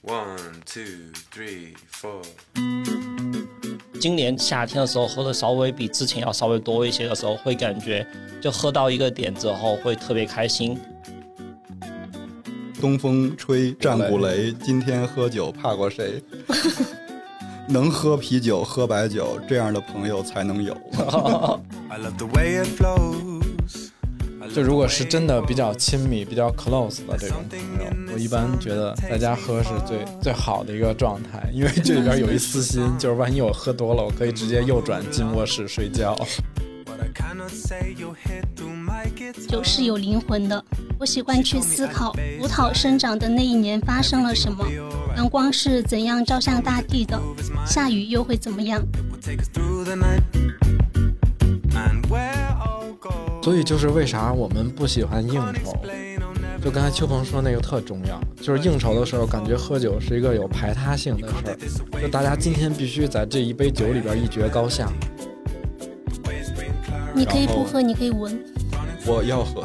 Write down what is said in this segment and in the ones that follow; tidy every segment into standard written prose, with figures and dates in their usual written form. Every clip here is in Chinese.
1, 2, 3, 4。 今年夏天的时候喝的稍微比之前要稍微多一些的时候，会感觉就喝到一个点之后会特别开心。 东风吹，战鼓擂，今天喝酒怕过谁？能喝啤酒喝白酒，这样的朋友才能有。 就如果是真的比较亲密比较 close 的这种朋友，我一般觉得在家喝是最好的一个状态，因为这里边有一私心，就是万一我喝多了，我可以直接右转进卧室睡觉。 酒是有灵魂的，我喜欢去思考葡萄生长的那一年发生了什么，阳光是怎样照向大地的，下雨又会怎么样。 所以就是为啥我们不喜欢应酬，就刚才秋鹏说那个特重要，就是应酬的时候感觉喝酒是一个有排他性的事儿，就大家今天必须在这一杯酒里边一决高下。 你可以不喝，你可以闻。 我要喝。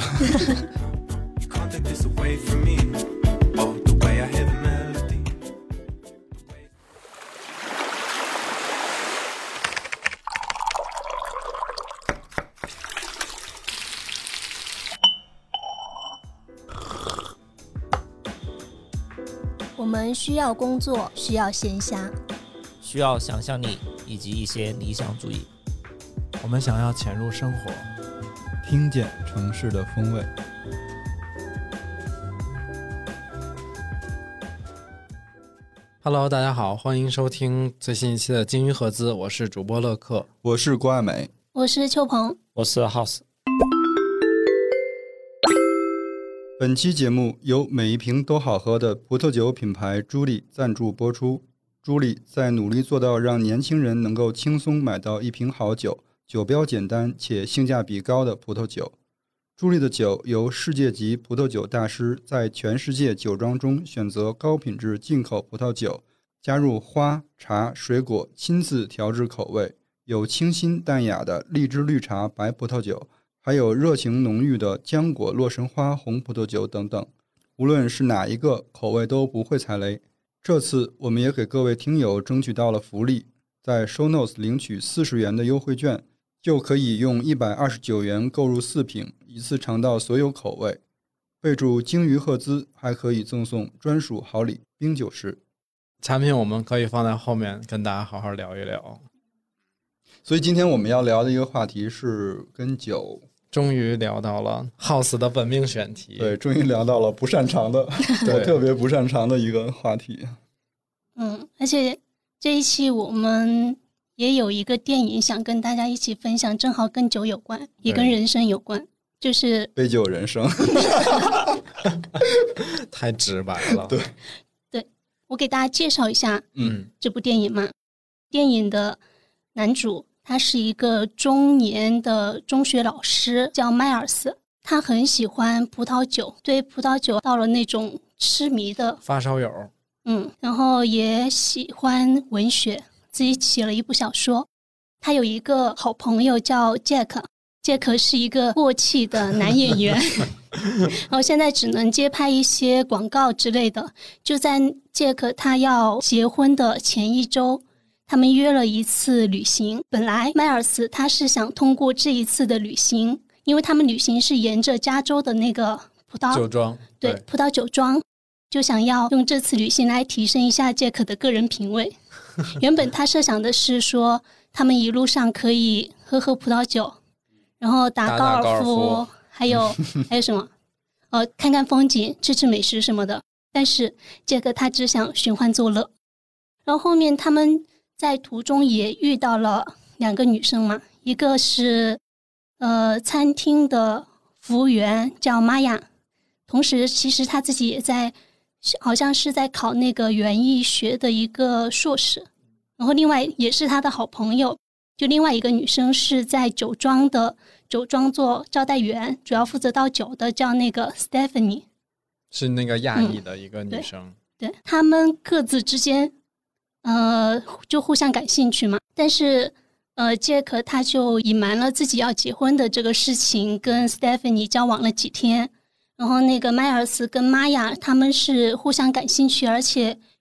我们需要工作，需要闲暇， 需要想象力以及一些理想主义。 我们想要潜入生活， 听见城市的风味。 Hello， 大家好，欢迎收听最新一期的鲸鱼赫兹，我是主播乐克， 我是郭爱美， 我是秋鹏， 我是 House。 本期节目由每一瓶都好喝的葡萄酒品牌朱莉赞助播出。朱莉在努力做到让年轻人能够轻松买到一瓶好酒，酒标简单且性价比高的葡萄酒。朱莉的酒由世界级葡萄酒大师在全世界酒庄中选择高品质进口葡萄酒，加入花、茶、水果，亲自调制口味，有清新淡雅的荔枝绿茶白葡萄酒，还有热情浓郁的浆果洛神花红葡萄酒等等，无论是哪一个口味都不会踩雷。这次我们也给各位听友争取到了福利，在 Show Notes 领取40元的优惠券，就可以用129元购入4瓶，一次尝到所有口味。备注鲸鱼赫兹，还可以赠送专属好礼冰酒师。 产品我们可以放在后面跟大家好好聊一聊。 所以今天我们要聊的一个话题是跟酒， 终于聊到了 House 的本命选题。 对，终于聊到了不擅长的我特别不擅长的一个话题。 而且这一期我们也有一个电影想跟大家一起分享，正好跟酒有关，也跟人生有关，就是杯酒人生。 太直白了。 对， 我给大家介绍一下这部电影嘛。电影的男主他是一个中年的中学老师，叫迈尔斯，他很喜欢葡萄酒，对葡萄酒到了那种痴迷的发烧友。 然后也喜欢文学，自己写了一部小说。他有一个好朋友叫杰克是一个过气的男演员然后现在只能接拍一些广告之类的。就在杰克他要结婚的前一周，他们约了一次旅行。本来迈尔斯他是想通过这一次的旅行，因为他们旅行是沿着加州的那个葡萄酒庄， 对，葡萄酒庄，就想要用这次旅行来提升一下杰克的个人品味。原本他设想的是说他们一路上可以喝葡萄酒，然后打高尔夫，还有什么看看风景，吃美食什么的。但是杰克他只想寻欢作乐。然后后面他们在途中也遇到了2个女生嘛，一个是餐厅的服务员叫玛雅，同时其实他自己也在好像是在考那个园艺学的一个硕士。然后另外也是他的好朋友，就另外一个女生是在酒庄做招待员，主要负责倒酒的，叫那个 Stephanie， 是那个亚裔的一个女生。 对，他们各自之间就互相感兴趣嘛。但是杰克他就隐瞒了自己要结婚的这个事情，跟 Stephanie 交往了几天。然后那个迈尔斯跟玛雅他们是互相感兴趣，而且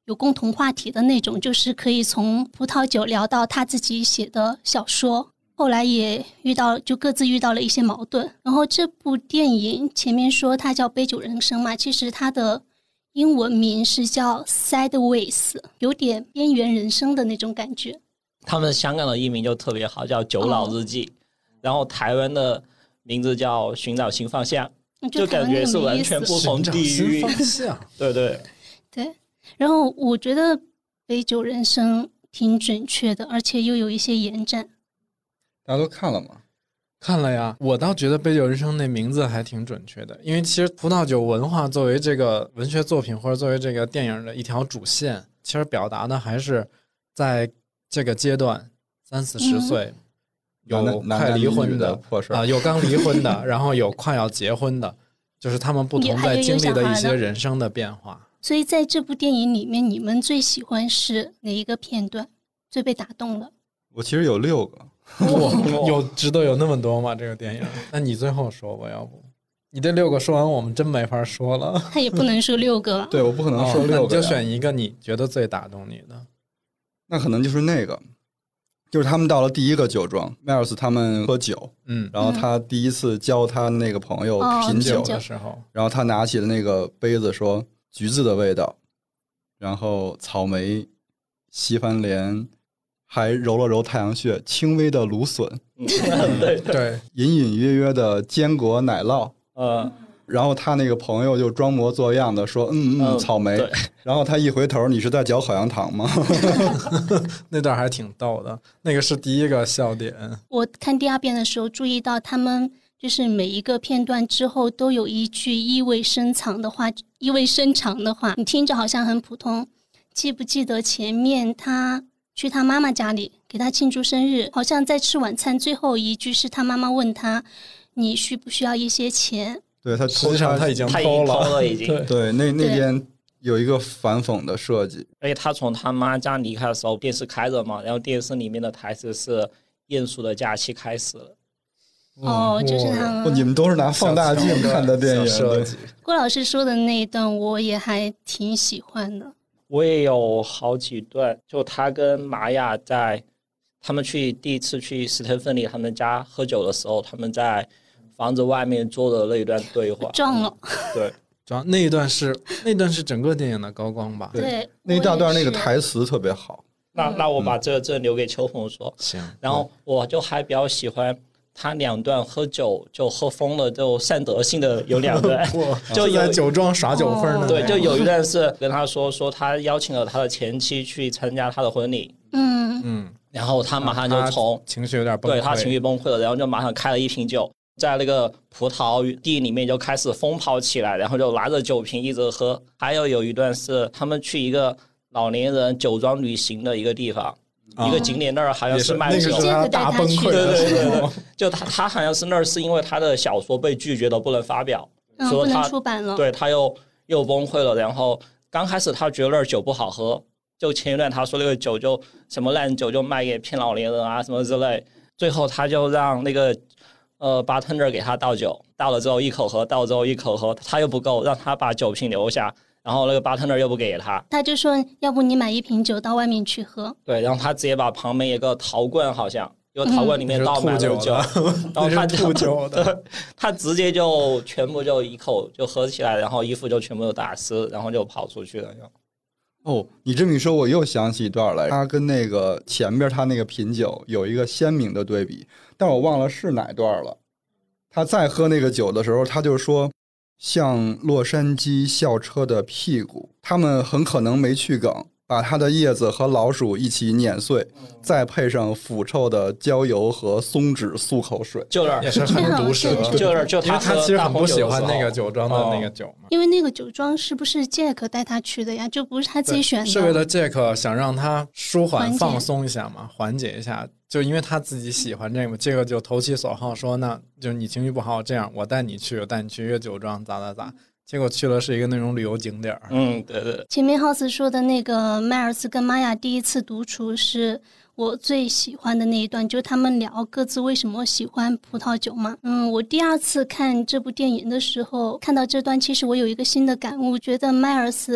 有共同话题的那种，就是可以从葡萄酒聊到他自己写的小说。后来也就各自遇到了一些矛盾。然后这部电影前面说它叫《杯酒人生》嘛，其实它的英文名是叫 Sideways， 有点边缘人生的那种感觉。 他们香港的译名就特别好，叫《酒老日记》然后台湾的名字叫《寻找新方向》，就感觉是完全不同地域。对对对。然后我觉得《杯酒人生》挺准确的，而且又有一些延展。 大家都看了吗？ 看了呀，我倒觉得《杯酒人生》那名字还挺准确的，因为其实葡萄酒文化作为这个文学作品或者作为这个电影的一条主线，其实表达的还是在这个阶段30-40岁，有快离婚的破事有刚离婚的，然后有快要结婚的，就是他们不同在经历的一些人生的变化。 所以在这部电影里面，你们最喜欢是哪一个片段？最被打动的？ 我其实有6个。 有值得有那么多吗？这个电影？那你最后说吧，要不你这6个说完，我们真没法说了。 他也不能说6个了。 对，我不可能说6个、 那你就选一个你觉得最打动你的。 那可能就是那个，就是他们到了第一个酒庄，迈尔斯他们喝酒，然后他第一次教他那个朋友品酒的时候， 然后他拿起了那个杯子说橘子的味道，然后草莓、西番莲。还揉了揉太阳穴，轻微的芦笋， 对， 隐隐约约的坚果奶酪，然后他那个朋友就装模作样的说，草莓，然后他一回头，你是在嚼口香糖吗？ 那段还挺逗的，那个是第一个笑点。 我看第2遍的时候注意到，他们就是每一个片段之后都有一句意味深长的话，你听着好像很普通。记不记得前面他去他妈妈家里给他庆祝生日，好像在吃晚餐，最后一句是他妈妈问他你需不需要一些钱。 对，他实际上他已经偷了已经对，那边有一个反讽的设计。 而且他从他妈家离开的时候，电视开着嘛，然后电视里面的台词是鼹鼠的假期开始了。 就是他们你们都是拿放大镜看的电影。 郭老师说的那一段我也还挺喜欢的。 我也有好几段，就他跟玛雅他们第一次去史蒂芬妮他们家喝酒的时候，他们在房子外面做的那一段对话。 撞了。 对， 那一段是整个电影的高光吧？ 对， 那一大段那个台词特别好。 那我把这留给秋鹏说。 行。 然后我就还比较喜欢他2段喝酒就喝疯了就善德性的有2段就在酒庄耍酒疯的。 对，就有一段是跟他说他邀请了他的前妻去参加他的婚礼。然后他马上就情绪有点崩溃。 对，他情绪崩溃了，然后就马上开了1瓶酒，在那个葡萄地里面就开始疯跑起来，然后就拿着酒瓶一直喝。还有一段是他们去一个老年人酒庄旅行的一个地方。一个景点那儿好像是卖酒， 那个是他大崩溃的时候。 对，就他好像是那儿是因为他的小说被拒绝了，不能发表， 不能出版了。 对，他又崩溃了。然后刚开始他觉得那儿酒不好喝，就前一段他说那个酒就什么烂酒就卖给骗老年人啊什么之类。最后他就让那个bartender 给他倒酒，倒了之后一口喝，倒了之后一口喝，他又不够，让他把酒瓶留下。然后那个 bartender 又不给他就说要不你买1瓶酒到外面去喝。 对，然后他直接把旁边一个陶罐，好像有陶罐里面倒满了酒，然后他吐酒的， 他直接就全部就一口就喝起来，然后衣服就全部都打湿，然后就跑出去了。 你这么一说，我又想起一段来，他跟那个前边他那个品酒有一个鲜明的对比，但我忘了是哪段了。他再喝那个酒的时候，他就说像洛杉矶校车的屁股，他们很可能没去梗，把它的叶子和老鼠一起碾碎，再配上腐臭的焦油和松脂漱口水， 也是很毒舌。 就他其实很不喜欢那个酒庄的那个酒嘛。 因为那个酒庄是不是 Jack 带他去的呀？就不是他自己选的。 是为了 Jack 想让他舒缓放松一下嘛，缓解一下。就因为他自己喜欢这个，这个就投其所好，说那就你情绪不好，这样我带你去一个酒庄，咋。结果去了是一个那种旅游景点。 对。 前面 House 说的那个迈尔斯跟玛雅第一次独处是我最喜欢的那一段，就他们聊各自为什么喜欢葡萄酒嘛。我第2次看这部电影的时候，看到这段，其实我有一个新的感悟，觉得迈尔斯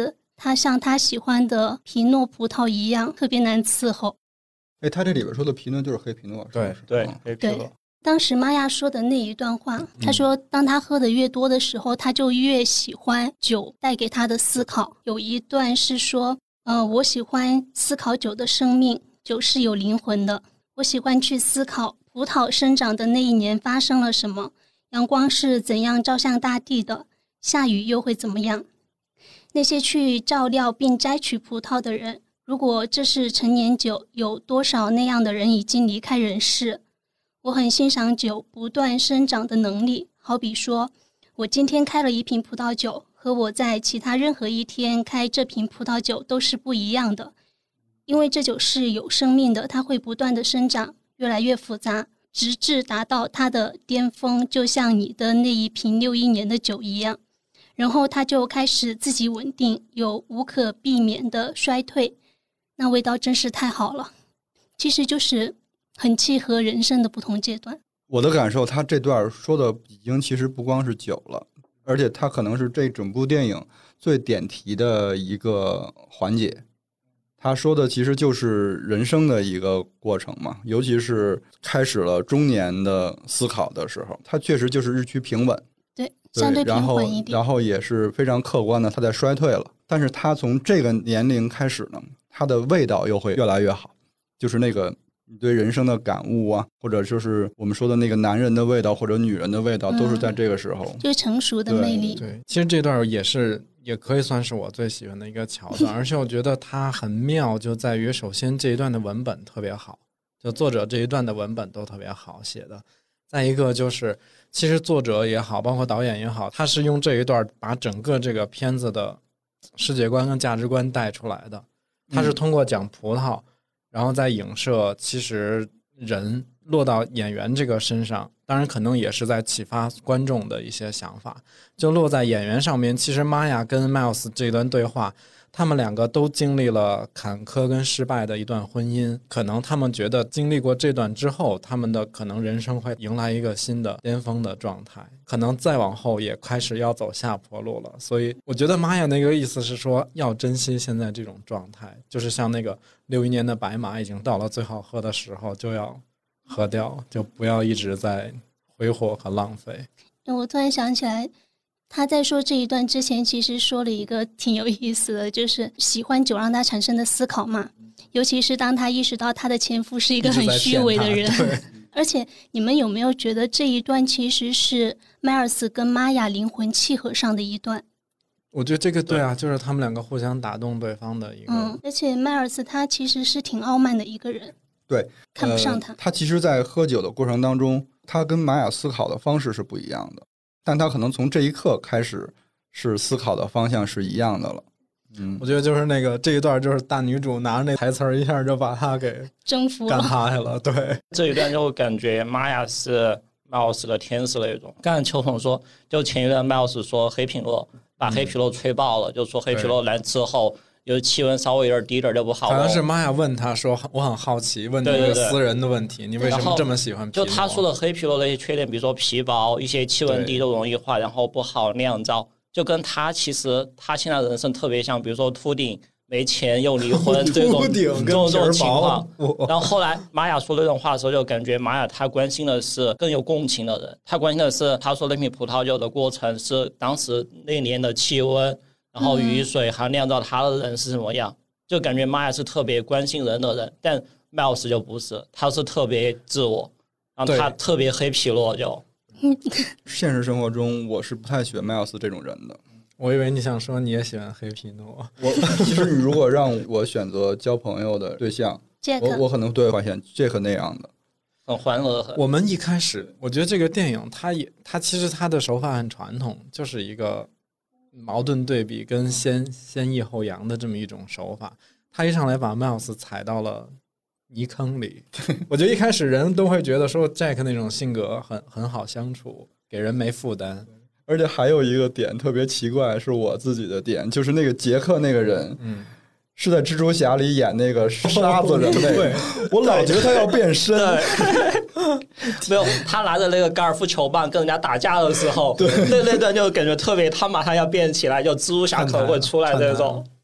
它像他喜欢的皮诺葡萄一样特别难伺候。 他这里边说的皮诺就是黑皮诺， 对对，黑皮诺。 当时玛雅说的那一段话，他说当他喝的越多的时候，他就越喜欢酒带给他的思考。有一段是说我喜欢思考酒的生命，酒是有灵魂的，我喜欢去思考葡萄生长的那一年发生了什么，阳光是怎样照向大地的，下雨又会怎么样。那些去照料并摘取葡萄的人，如果这是陈年酒，有多少那样的人已经离开人世。我很欣赏酒不断生长的能力，好比说我今天开了一瓶葡萄酒，和我在其他任何一天开这瓶葡萄酒都是不一样的，因为这酒是有生命的，它会不断的生长，越来越复杂，直至达到它的巅峰，就像你的那一瓶61年的酒一样，然后它就开始自己稳定，有无可避免的衰退，那味道真是太好了。其实就是很契合人生的不同阶段。 我的感受，他这段说的已经其实不光是酒了，而且他可能是这整部电影最点题的一个环节。他说的其实就是人生的一个过程嘛，尤其是开始了中年的思考的时候，他确实就是日趋平稳， 对，相对平缓一点。 然后也是非常客观的，他在衰退了。但是他从这个年龄开始呢，他的味道又会越来越好，就是那个你对人生的感悟啊，或者就是我们说的那个男人的味道或者女人的味道，都是在这个时候， 就是成熟的魅力。 对，其实这段也可以算是我最喜欢的一个桥段，而且我觉得它很妙，就在于首先这一段的文本特别好，就作者这一段的文本都特别好写的。再一个就是其实作者也好，包括导演也好，他是用这一段把整个这个片子的世界观跟价值观带出来的。他是通过讲葡萄，然后再影射其实人落到演员这个身上，当然可能也是在启发观众的一些想法，就落在演员上面。其实玛雅跟 Miles 这段对话，他们两个都经历了坎坷跟失败的一段婚姻，可能他们觉得经历过这段之后，他们的可能人生会迎来一个新的巅峰的状态，可能再往后也开始要走下坡路了。所以我觉得玛雅那个意思是说要珍惜现在这种状态，就是像那个61年的白马已经到了最好喝的时候，就要喝掉，就不要一直在挥霍和浪费。 我突然想起来，他在说这一段之前其实说了一个挺有意思的，就是喜欢酒让他产生的思考嘛，尤其是当他意识到他的前夫是一个很虚伪的人。而且你们有没有觉得这一段其实是迈尔斯跟玛雅灵魂契合上的一段？ 我觉得这个对啊，就是他们两个互相打动对方的一个。 而且迈尔斯他其实是挺傲慢的一个人， 对， 看不上他。 他其实在喝酒的过程当中，他跟玛雅思考的方式是不一样的，但他可能从这一刻开始是思考的方向是一样的了。 我觉得就是那个这一段就是大女主拿着那台词儿一下就把他给征服了， 干趴下了。对， 这一段就感觉玛雅是Miles的天使那种。刚才秋筒说，就前一段 Miles 说黑皮诺把黑皮诺吹爆了，就说黑皮诺来之后有气温稍微有点低点就不好了。 好像是玛雅问他说，我很好奇，问这个私人的问题，你为什么这么喜欢皮诺？ 就他说的黑皮诺的一些缺点，比如说皮薄，一些气温低都容易坏，然后不好酿造，就跟他其实他现在的人生特别像，比如说秃顶没钱又离婚这种情况。然后后来玛雅说这种话的时候，就感觉玛雅他关心的是更有共情的人，他关心的是他说那瓶葡萄酒的过程是当时那年的气温，然后雨水还酿造他的人是什么样，就感觉玛雅是特别关心人的人，但 Miles 就不是，他是特别自我，然后他特别黑皮诺就。 现实生活中我是不太喜欢 Miles 这种人的。 我以为你想说你也喜欢黑皮诺。 其实你如果让我选择交朋友的对象我可能对会选这个那样的， 很欢乐。 我们一开始我觉得这个电影它其实它的手法很传统，就是一个矛盾对比跟先抑后扬的这么一种手法。他一上来把 Miles 踩到了泥坑里。我觉得一开始人都会觉得说 Jack 那种性格很好相处，给人没负担。 而且还有一个点特别奇怪，是我自己的点，就是那个杰克那个人，是在蜘蛛侠里演那个沙子人类，我老觉得他要变身。 没有，他拿着那个高尔夫球棒跟人家打架的时候，那段就感觉特别，他马上要变起来，就蜘蛛侠可能会出来这种。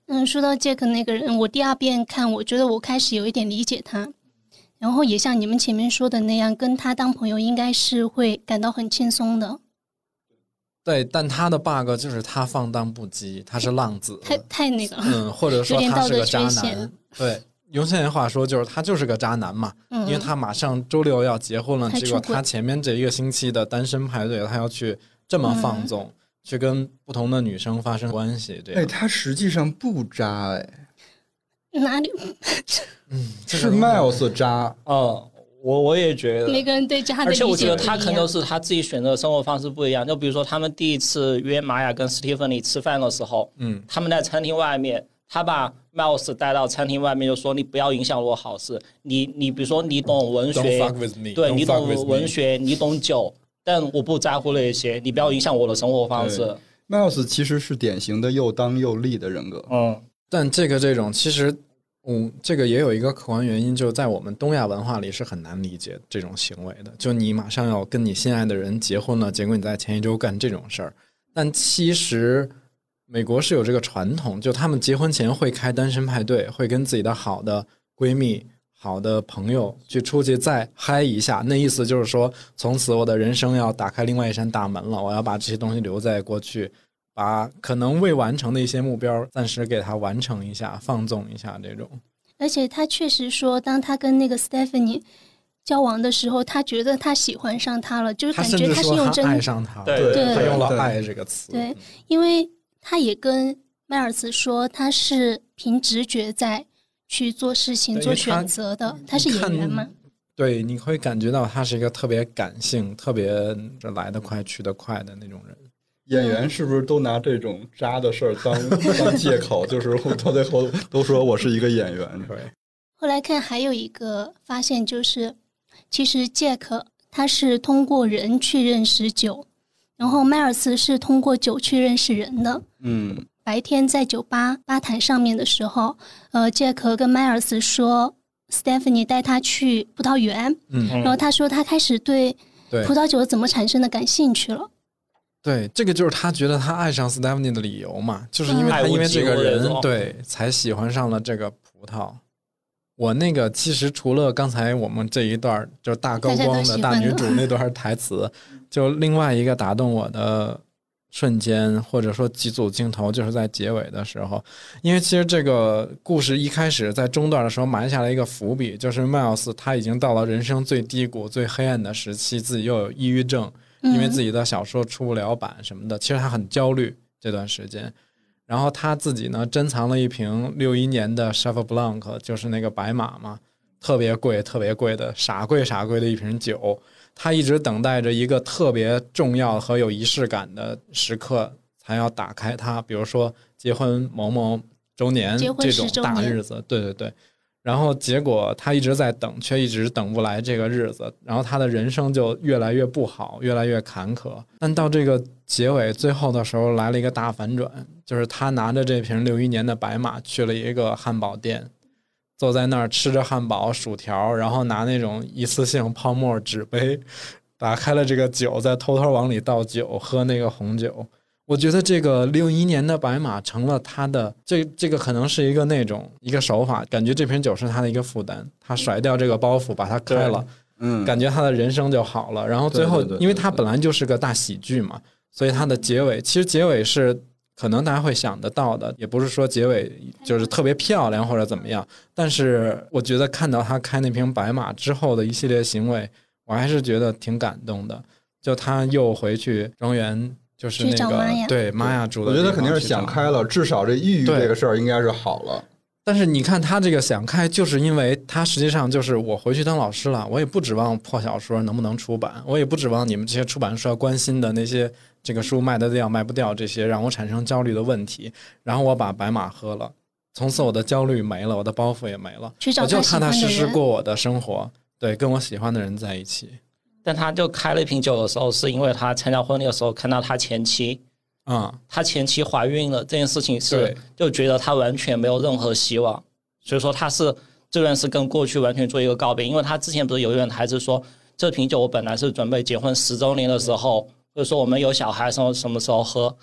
说到杰克那个人，我第2遍看，我觉得我开始有一点理解他，然后也像你们前面说的那样，跟他当朋友应该是会感到很轻松的。 对，但他的 bug 就是他放荡不羁，他是浪子， 太那个了， 或者说他是个渣有点道德缺陷男。对，用现在话说就是他就是个渣男嘛，因为他马上周6要结婚了，结果他前面这1个星期的单身派对，他要去这么放纵，去跟不同的女生发生关系，这样。 他实际上不渣哪里？ 是 Miles 渣。 我也觉得每个人对渣的理解不一样， 而且我觉得他可能是他自己选择的生活方式不一样。就比如说他们第一次约玛雅跟史蒂芬妮吃饭的时候，他们在餐厅外面，他把 Miles 带到餐厅外面，就说你不要影响我好事。你比如说你懂文学，对，你懂文学，你懂酒，但我不在乎那些，你不要影响我的生活方式。 Miles 其实是典型的又当又立的人格。 但这种其实。这个也有一个客观原因，就是在我们东亚文化里是很难理解这种行为的。就你马上要跟你心爱的人结婚了，结果你在前一周干这种事儿。但其实美国是有这个传统，就他们结婚前会开单身派对，会跟自己的好的闺蜜、好的朋友去出去再嗨一下。那意思就是说，从此我的人生要打开另外一扇大门了，我要把这些东西留在过去，把可能未完成的一些目标暂时给它完成一下，放纵一下这种。 而且他确实说，当他跟那个 Stephanie 交往的时候，他觉得他喜欢上他了，就是感觉他是用真， 他爱上他， 对， 他用了爱这个词。 对，因为他也跟迈尔斯说，他是凭直觉在去做事情、做选择的。他是演员嘛？ 对，你会感觉到他是一个特别感性、特别来得快去得快的那种人。 演员是不是都拿这种渣的事儿当借口？就是到最后都说我是一个演员。对。 后来看还有一个发现，就是其实杰克他是通过人去认识酒，然后迈尔斯是通过酒去认识人的。白天在酒吧吧台上面的时候，杰克跟迈尔斯说 Stephanie 带他去葡萄园，然后他说他开始对葡萄酒怎么产生的感兴趣了。 对，这个就是他觉得他爱上 Stephanie 的理由嘛，就是因为他因为这个人，对，才喜欢上了这个葡萄。我那个其实除了刚才我们这一段就是大高光的大女主那段台词，就另外一个打动我的瞬间或者说几组镜头，就是在结尾的时候。因为其实这个故事一开始在中段的时候埋下了一个伏笔，就是 Miles 他已经到了人生最低谷最黑暗的时期，自己又有抑郁症，因为自己的小说出不了版什么的，其实他很焦虑这段时间。然后他自己呢珍藏了一瓶61年的 Cheval Blanc， 就是那个白马嘛，特别贵特别贵的傻贵的一瓶酒。他一直等待着一个特别重要和有仪式感的时刻才要打开它，比如说结婚某某周年这种大日子。对对对。然后结果他一直在等，却一直等不来这个日子，然后他的人生就越来越不好，越来越坎坷。但到这个结尾最后的时候来了一个大反转，就是他拿着这瓶61年的白马去了一个汉堡店，坐在那儿吃着汉堡薯条，然后拿那种一次性泡沫纸杯打开了这个酒，再偷偷往里倒酒，喝那个红酒。我觉得这个61年的白马成了他的这个可能是一个那种一个手法，感觉这瓶酒是他的一个负担，他甩掉这个包袱把它开了，感觉他的人生就好了。然后最后因为他本来就是个大喜剧嘛，所以他的结尾其实结尾是可能大家会想得到的，也不是说结尾就是特别漂亮或者怎么样，但是我觉得看到他开那瓶白马之后的一系列行为，我还是觉得挺感动的。就他又回去庄园，就是那个对玛雅住的， 我觉得肯定是想开了，至少这抑郁这个事儿应该是好了。 但是你看他这个想开，就是因为他实际上就是我回去当老师了，我也不指望破小说能不能出版，我也不指望你们这些出版社关心的那些这个书卖得掉卖不掉这些让我产生焦虑的问题，然后我把白马喝了，从此我的焦虑没了，我的包袱也没了，我就踏踏实实过我的生活，对，跟我喜欢的人在一起。 但他就开了一瓶酒的时候，是因为他参加婚礼的时候看到他前妻，他前妻怀孕了这件事情，是就觉得他完全没有任何希望，所以说他是这段是跟过去完全做一个告别。因为他之前不是有一段台词说，这瓶酒我本来是准备结婚10周年的时候，或者说我们有小孩什么时候喝，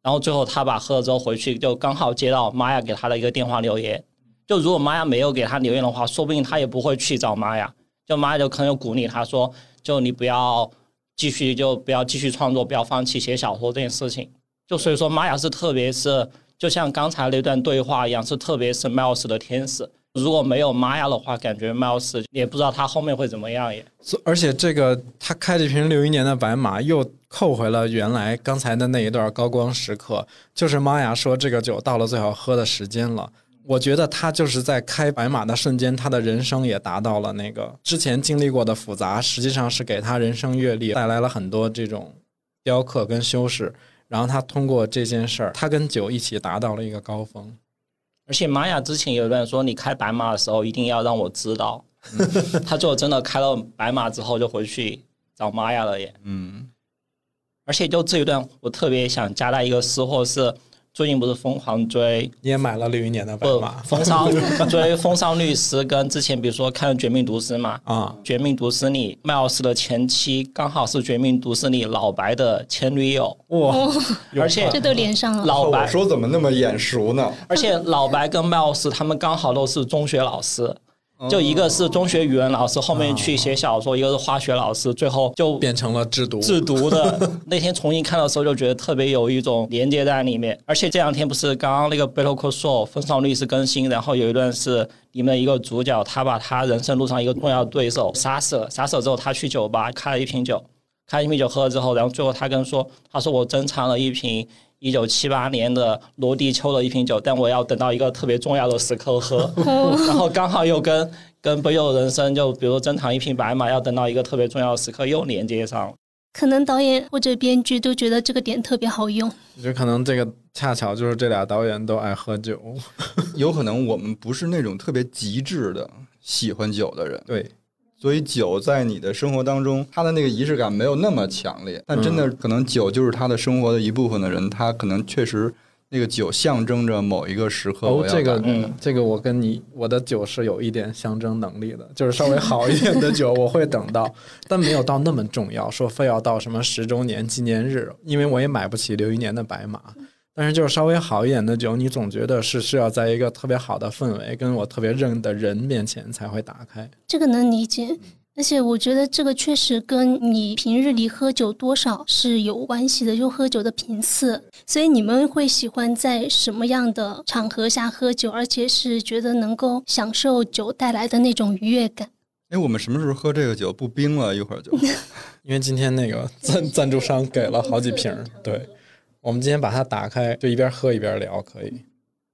然后最后他把喝了之后回去，就刚好接到玛雅给他的一个电话留言。就如果玛雅没有给他留言的话，说不定他也不会去找玛雅。就玛雅就可能有鼓励他说，就你不要继续创作，不要放弃写小说这件事情。就所以说玛雅是特别是就像刚才那段对话一样，是特别是 Miles 的天使。如果没有玛雅的话，感觉 Miles 也不知道他后面会怎么样也。 而且这个他开这瓶61年的白马又扣回了原来刚才的那一段高光时刻，就是玛雅说这个酒到了最好喝的时间了。我觉得他就是在开白马的瞬间，他的人生也达到了那个之前经历过的复杂，实际上是给他人生阅历带来了很多这种雕刻跟修饰，然后他通过这件事儿，他跟酒一起达到了一个高峰。 而且玛雅之前有人说，你开白马的时候一定要让我知道。他就真的开了白马之后就回去找玛雅了耶。而且就这一段我特别想加带一个私货是，最近不是疯狂追， 你也买了61年的白马， 追风骚律师，跟之前比如说看《绝命毒师》嘛，绝命毒师》里迈尔斯的前妻刚好是《绝命毒师》里老白的前女友， 哇！ 而且这都连上了。 老白我说怎么那么眼熟呢？ 而且老白跟迈尔斯他们刚好都是中学老师。就一个是中学语文老师，后面去写小说，一个是化学老师，最后就变成了制毒的。那天重新看的时候就觉得特别有一种连接在里面。而且这两天不是刚刚那个 Better Call Saul 风骚律师更新，然后有一段是里面一个主角他把他人生路上一个重要的对手杀死了之后，他去酒吧开了一瓶酒喝了之后，然后最后他说我珍藏了一瓶1978年的罗地丘的一瓶酒，但我要等到一个特别重要的时刻喝，然后刚好又跟北友人生，就比如说珍藏一瓶白马要等到一个特别重要的时刻又连接上了。 可能导演或者编剧都觉得这个点特别好用。 我觉得可能这个恰巧就是这俩导演都爱喝酒， 有可能我们不是那种特别极致的喜欢酒的人， 对。 所以酒在你的生活当中，它的那个仪式感没有那么强烈，但真的可能酒就是他的生活的一部分的人，他可能确实那个酒象征着某一个时刻。 这个我跟我的酒是有一点象征能力的，就是稍微好一点的酒我会等到，但没有到那么重要，说非要到什么10周年纪念日，因为我也买不起61年的白马。但是就是稍微好一点的酒，你总觉得是需要在一个特别好的氛围跟我特别认的人面前才会打开。 这个能理解，而且我觉得这个确实跟你平日里喝酒多少是有关系的，就喝酒的频次。所以你们会喜欢在什么样的场合下喝酒，而且是觉得能够享受酒带来的那种愉悦感？ 我们什么时候喝这个酒不冰了一会儿就因为今天那个赞助商给了好几瓶，对，我们今天把它打开，就一边喝一边聊，可以。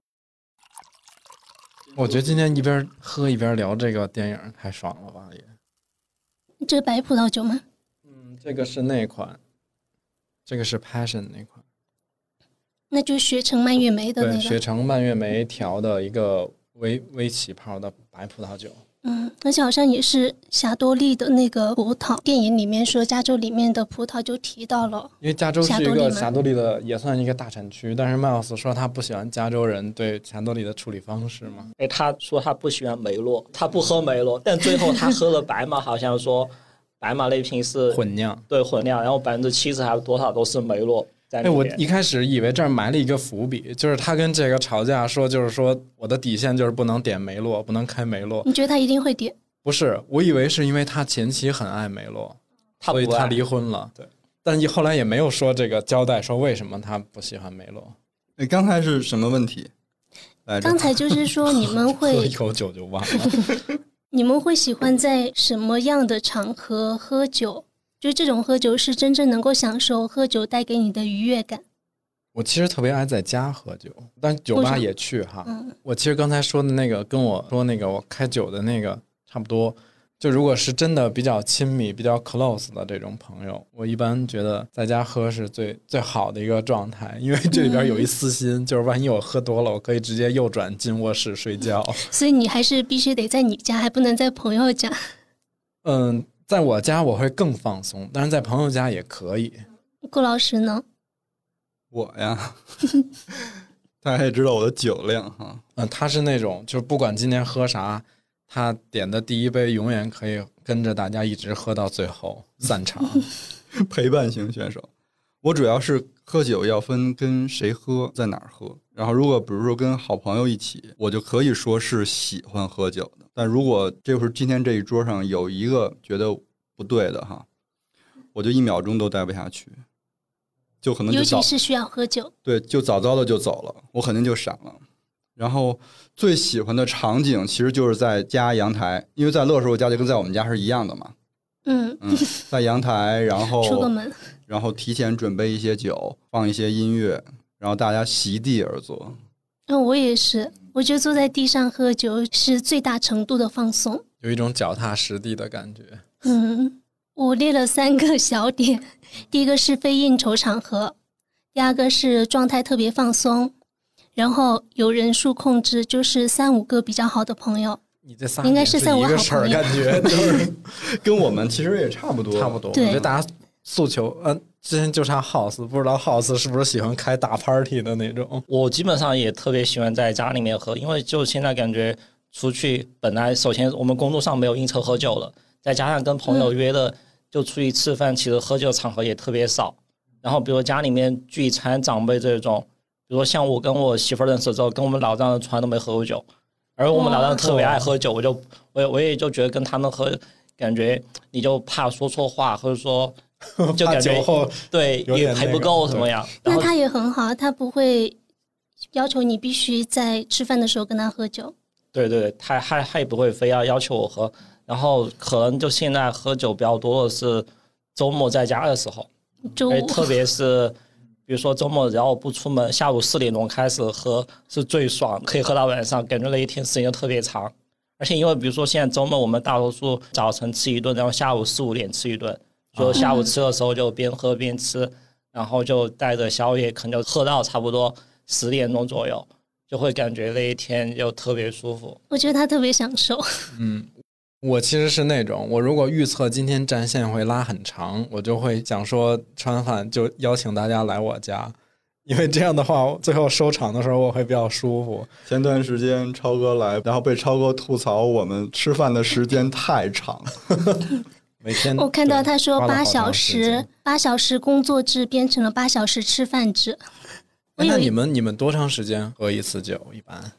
我觉得今天一边喝一边聊这个电影太爽了吧也。 这白葡萄酒吗？ 这个是那款，这个是 Passion 那款。 那就是雪橙蔓越莓的那个。 对，雪橙蔓越莓调的一个微起泡的白葡萄酒。 而且好像也是霞多丽的那个葡萄，电影里面说加州里面的葡萄就提到了， 因为加州是一个霞多丽的也算一个大产区，但是迈尔斯说他不喜欢加州人对霞多丽的处理方式嘛。 他说他不喜欢梅洛，他不喝梅洛，但最后他喝了白马，好像说白马那瓶是混酿， 对混酿，然后70%还是多少都是梅洛。 我一开始以为这儿埋了一个伏笔，就是他跟这个吵架说，就是说我的底线就是不能点梅洛，不能开梅洛。 你觉得他一定会点？ 不是，我以为是因为他前妻很爱梅洛，所以他离婚了。对，但后来也没有说这个交代说为什么他不喜欢梅洛。 刚才是什么问题？ 刚才就是说你们会喝一口酒就忘了。 你们会喜欢在什么样的场合喝酒？就这种喝酒是真正能够享受喝酒带给你的愉悦感。 我其实特别爱在家喝酒，但酒吧也去哈。我其实刚才说的那个跟我说那个我开酒的那个差不多，就如果是真的比较亲密比较 close 的这种朋友，我一般觉得在家喝是最好的一个状态，因为这里边有一私心，就是万一我喝多了我可以直接右转进卧室睡觉。 所以你还是必须得在你家，还不能在朋友家。 在我家我会更放松，但是在朋友家也可以。 顾老师呢？ 我呀大家也知道我的酒量哈。 他是那种就是不管今天喝啥，他点的第一杯永远可以跟着大家一直喝到最后散场。 陪伴型选手。 我主要是喝酒要分跟谁喝，在哪儿喝。然后如果比如说跟好朋友一起，我就可以说是喜欢喝酒的。但如果这会儿今天这一桌上有一个觉得不对的哈，我就1秒钟都待不下去，就可能就尤其是需要喝酒， 对，就早早的就走了，我肯定就闪了。然后最喜欢的场景其实就是在家阳台，因为在乐师傅家就跟在我们家是一样的嘛。在阳台，然后出个门， 然后提前准备一些酒，放一些音乐，然后大家席地而坐。 我也是，我觉得坐在地上喝酒是最大程度的放松， 有一种脚踏实地的感觉。 我列了3个小点，第一个是非应酬场合，第二个是状态特别放松，然后有人数控制，就是3-5个比较好的朋友。 你这仨应该是一个事儿，感觉就是跟我们其实也差不多。 我觉得大家诉求，之前就差 house， 不知道 house 是不是喜欢开大 party 的那种。 我基本上也特别喜欢在家里面喝，因为就现在感觉出去，本来首先我们工作上没有应酬喝酒了，再加上跟朋友约的就出去吃饭，其实喝酒场合也特别少。然后比如家里面聚餐长辈这种，比如说像我跟我媳妇认识之后，跟我们老丈人从来都没喝过酒。而我们老丈人特别爱喝酒，我也就觉得跟他们喝，感觉你就怕说错话，或者说就感觉对也还不够什么样。 那他也很好，他不会要求你必须在吃饭的时候跟他喝酒。 对，他也不会非要求我喝。然后可能就现在喝酒比较多的是周末在家的时候，特别是比如说周末只要我不出门，下午4点钟开始喝是最爽，可以喝到晚上，感觉那一天时间就特别长。而且因为比如说现在周末我们大多数早晨吃一顿，然后下午4-5点吃一顿，就下午吃的时候就边喝边吃，然后就带着宵夜，可能就喝到差不多10点钟左右，就会感觉那一天就特别舒服。 我觉得他特别享受。 我其实是那种，我如果预测今天战线会拉很长，我就会想说吃完饭就邀请大家来我家，因为这样的话最后收场的时候我会比较舒服。 前段时间超哥来，然后被超哥吐槽我们吃饭的时间太长。 每天我看到他说8小时工作制变成了8小时吃饭制。 那你们多长时间喝一次酒一般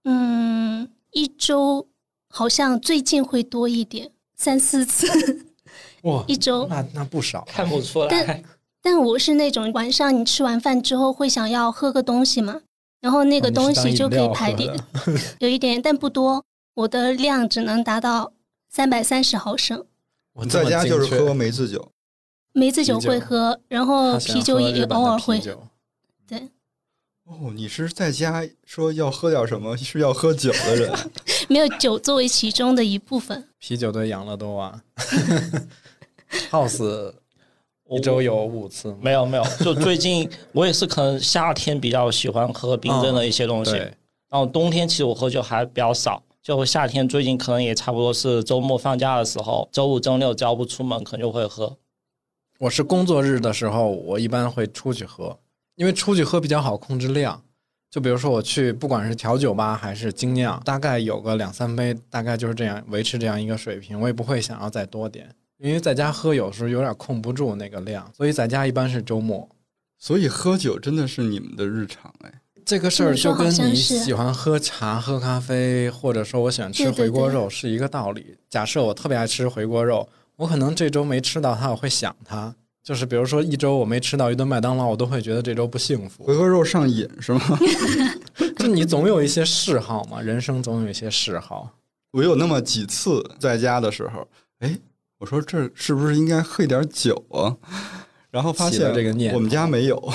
？1周好像最近会多一点，3-4次。 哇 ，1周那不少， 看不出来。 但我是那种晚上你吃完饭之后会想要喝个东西嘛，然后那个东西就可以排点，有一点但不多，我的量只能达到330毫升。 我在家就是喝梅子酒， 梅子酒会喝，然后啤酒也偶尔会。对。 你是在家说要喝点什么，是要喝酒的人。 没有，酒作为其中的一部分。 啤酒队养乐多啊。House 1周有5次吗？ 没有，就最近我也是可能夏天比较喜欢喝冰镇的一些东西，然后冬天其实我喝酒还比较少，就夏天最近可能也差不多是周末放假的时候，周5、周6只要不出门可能就会喝。 我是工作日的时候我一般会出去喝，因为出去喝比较好控制量。就比如说我去不管是调酒吧还是精酿，大概有个2-3杯，大概就是这样维持这样一个水平，我也不会想要再多点，因为在家喝有时候有点控不住那个量，所以在家一般是周末。 所以喝酒真的是你们的日常这个事儿就跟你喜欢喝茶喝咖啡，或者说我喜欢吃回锅肉是一个道理。假设我特别爱吃回锅肉，我可能这周没吃到它，我会想它。就是比如说1周我没吃到一顿麦当劳，我都会觉得这周不幸福。 回锅肉上瘾是吗？ 就你总有一些嗜好嘛，人生总有一些嗜好。 我有那么几次在家的时候，我说这是不是应该喝一点酒啊？然后发现我们家没有。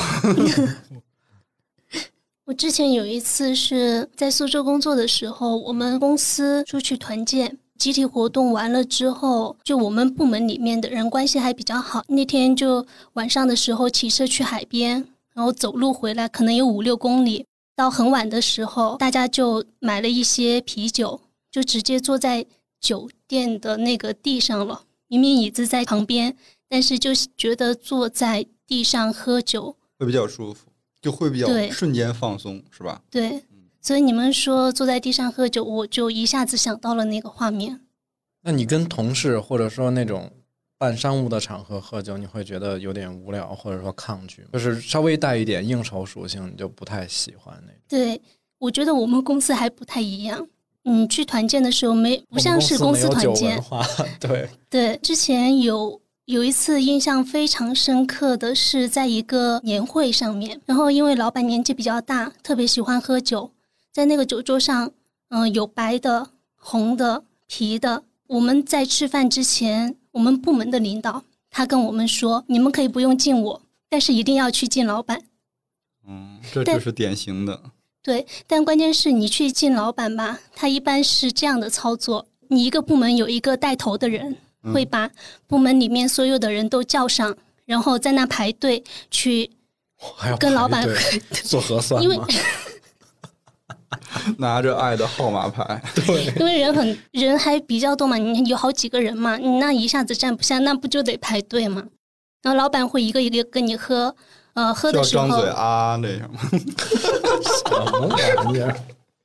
我之前有一次是在苏州工作的时候，我们公司出去团建，集体活动完了之后，就我们部门里面的人关系还比较好，那天就晚上的时候骑车去海边，然后走路回来可能有5-6公里，到很晚的时候大家就买了一些啤酒，就直接坐在酒店的那个地上了，明明椅子在旁边，但是就觉得坐在地上喝酒会比较舒服，就会比较瞬间放松，是吧？ 对，所以你们说坐在地上喝酒，我就一下子想到了那个画面。 那你跟同事或者说那种办商务的场合喝酒，你会觉得有点无聊，或者说抗拒，就是稍微带一点应酬属性，你就不太喜欢那种。 对，我觉得我们公司还不太一样。去团建的时候不像是公司团建。 对对，之前有一次印象非常深刻的是在一个年会上面，然后因为老板年纪比较大，特别喜欢喝酒，在那个酒桌上，有白的、红的、啤的。我们在吃饭之前，我们部门的领导他跟我们说，你们可以不用敬我，但是一定要去敬老板。 这就是典型的。 对，但关键是你去敬老板吧，他一般是这样的操作，你一个部门有一个带头的人，会把部门里面所有的人都叫上，然后在那排队去跟老板做核酸吗？ 因为拿着爱的号码牌。 对， 因为人还比较多嘛，你有好几个人嘛，你那一下子站不下，那不就得排队嘛？然后老板会一个一个跟你喝，喝的时候张嘴啊那样吗？ 什么玩意儿？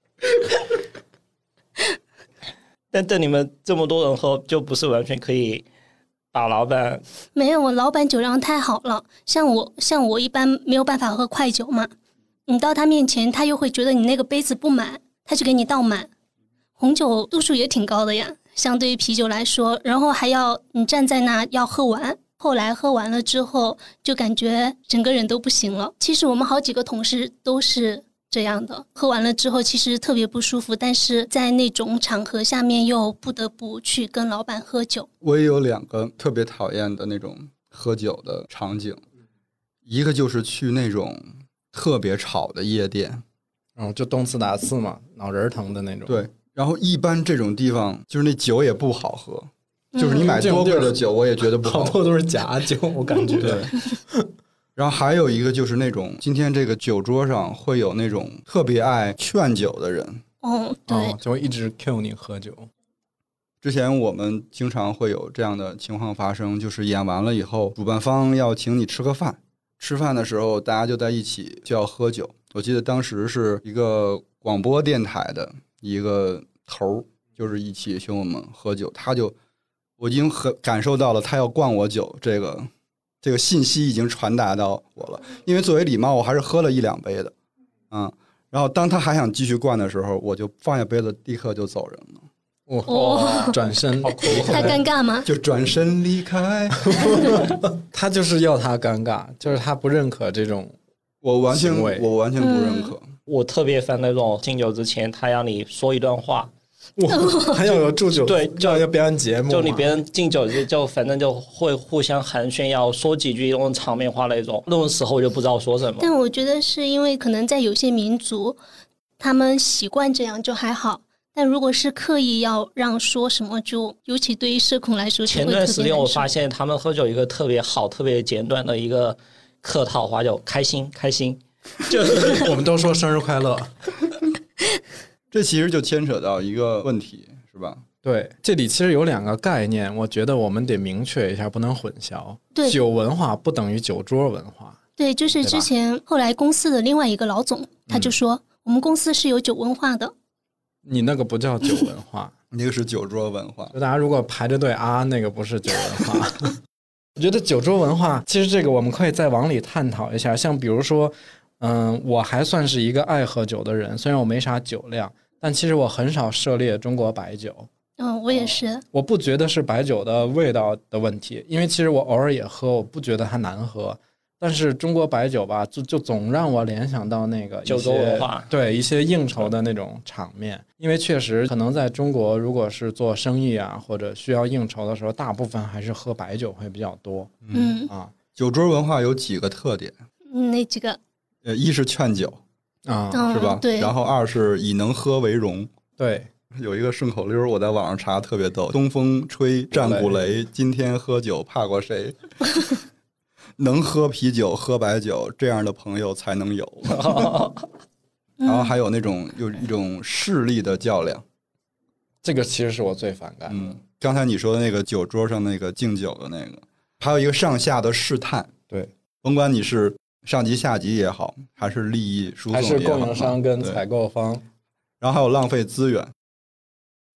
但你们这么多人喝，就不是完全可以把老板？ 没有，我老板酒量太好了，像我一般没有办法喝快酒嘛，你到他面前，他又会觉得你那个杯子不满，他就给你倒满。红酒度数也挺高的呀，相对于啤酒来说，然后还要你站在那要喝完。后来喝完了之后，就感觉整个人都不行了。其实我们好几个同事都是这样的，喝完了之后其实特别不舒服，但是在那种场合下面又不得不去跟老板喝酒。 我也有2个特别讨厌的那种喝酒的场景，一个就是去那种特别吵的夜店， 就动次打次嘛，脑仁疼的那种。 对，然后一般这种地方就是那酒也不好喝，就是你买多贵的酒我也觉得不好喝， 好多都是假酒，我感觉。 对。然后还有一个就是那种今天这个酒桌上会有那种特别爱劝酒的人， 对， 就会一直 cue 你喝酒。 之前我们经常会有这样的情况发生，就是演完了以后，主办方要请你吃个饭，吃饭的时候大家就在一起就要喝酒。我记得当时是一个广播电台的一个头，就是一起请我们喝酒，我已经感受到了他要灌我酒这个信息已经传达到我了，因为作为礼貌我还是喝了1-2杯的，然后当他还想继续灌的时候，我就放下杯子立刻就走人了。 转身他尴尬吗？ 就转身离开。 他就是要他尴尬，就是他不认可这种我完全行为不认可。 我特别烦那种敬酒之前他让你说一段话， 还要有祝酒， 对， 就要表演节目， 就你别人敬酒就反正就会互相寒暄，要说几句那种场面话那种时候我就不知道说什么。 但我觉得是因为可能在有些民族他们习惯这样就还好，但如果是刻意要让说什么，就尤其对于社恐来说， 前段时间我发现他们喝酒一个特别好特别简短的一个客套话，就开心开心， 就是我们都说生日快乐。 这其实就牵扯到一个问题，是吧？ 对，这里其实有2个概念，我觉得我们得明确一下，不能混淆。 对， 酒文化不等于酒桌文化。 对，就是之前后来公司的另外一个老总，他就说我们公司是有酒文化的。 你那个不叫酒文化， 那个是酒桌文化。 就大家如果排着队那个不是酒文化。我觉得酒桌文化，其实这个我们可以再往里探讨一下。像比如说，我还算是一个爱喝酒的人，虽然我没啥酒量，但其实我很少涉猎中国白酒。 我也是。 我不觉得是白酒的味道的问题，因为其实我偶尔也喝，我不觉得它难喝。但是中国白酒吧，就总让我联想到那个酒桌文化， 对一些应酬的那种场面。因为确实可能在中国，如果是做生意啊，或者需要应酬的时候，大部分还是喝白酒会比较多。 酒桌文化有几个特点？ 哪几个？ 一是劝酒是吧？ 对。 然后2是以能喝为荣。 对。 有一个顺口溜，我在网上查特别逗：东风吹，战鼓擂，今天喝酒怕过谁？能喝啤酒喝白酒，这样的朋友才能有。然后还有那种有一种势力的较量， 这个其实是我最反感的。 刚才你说的那个酒桌上那个敬酒的那个，还有一个上下的试探。 对， 甭管你是上级下级也好，还是利益输送也好， 还是供应商跟采购方， 然后还有浪费资源。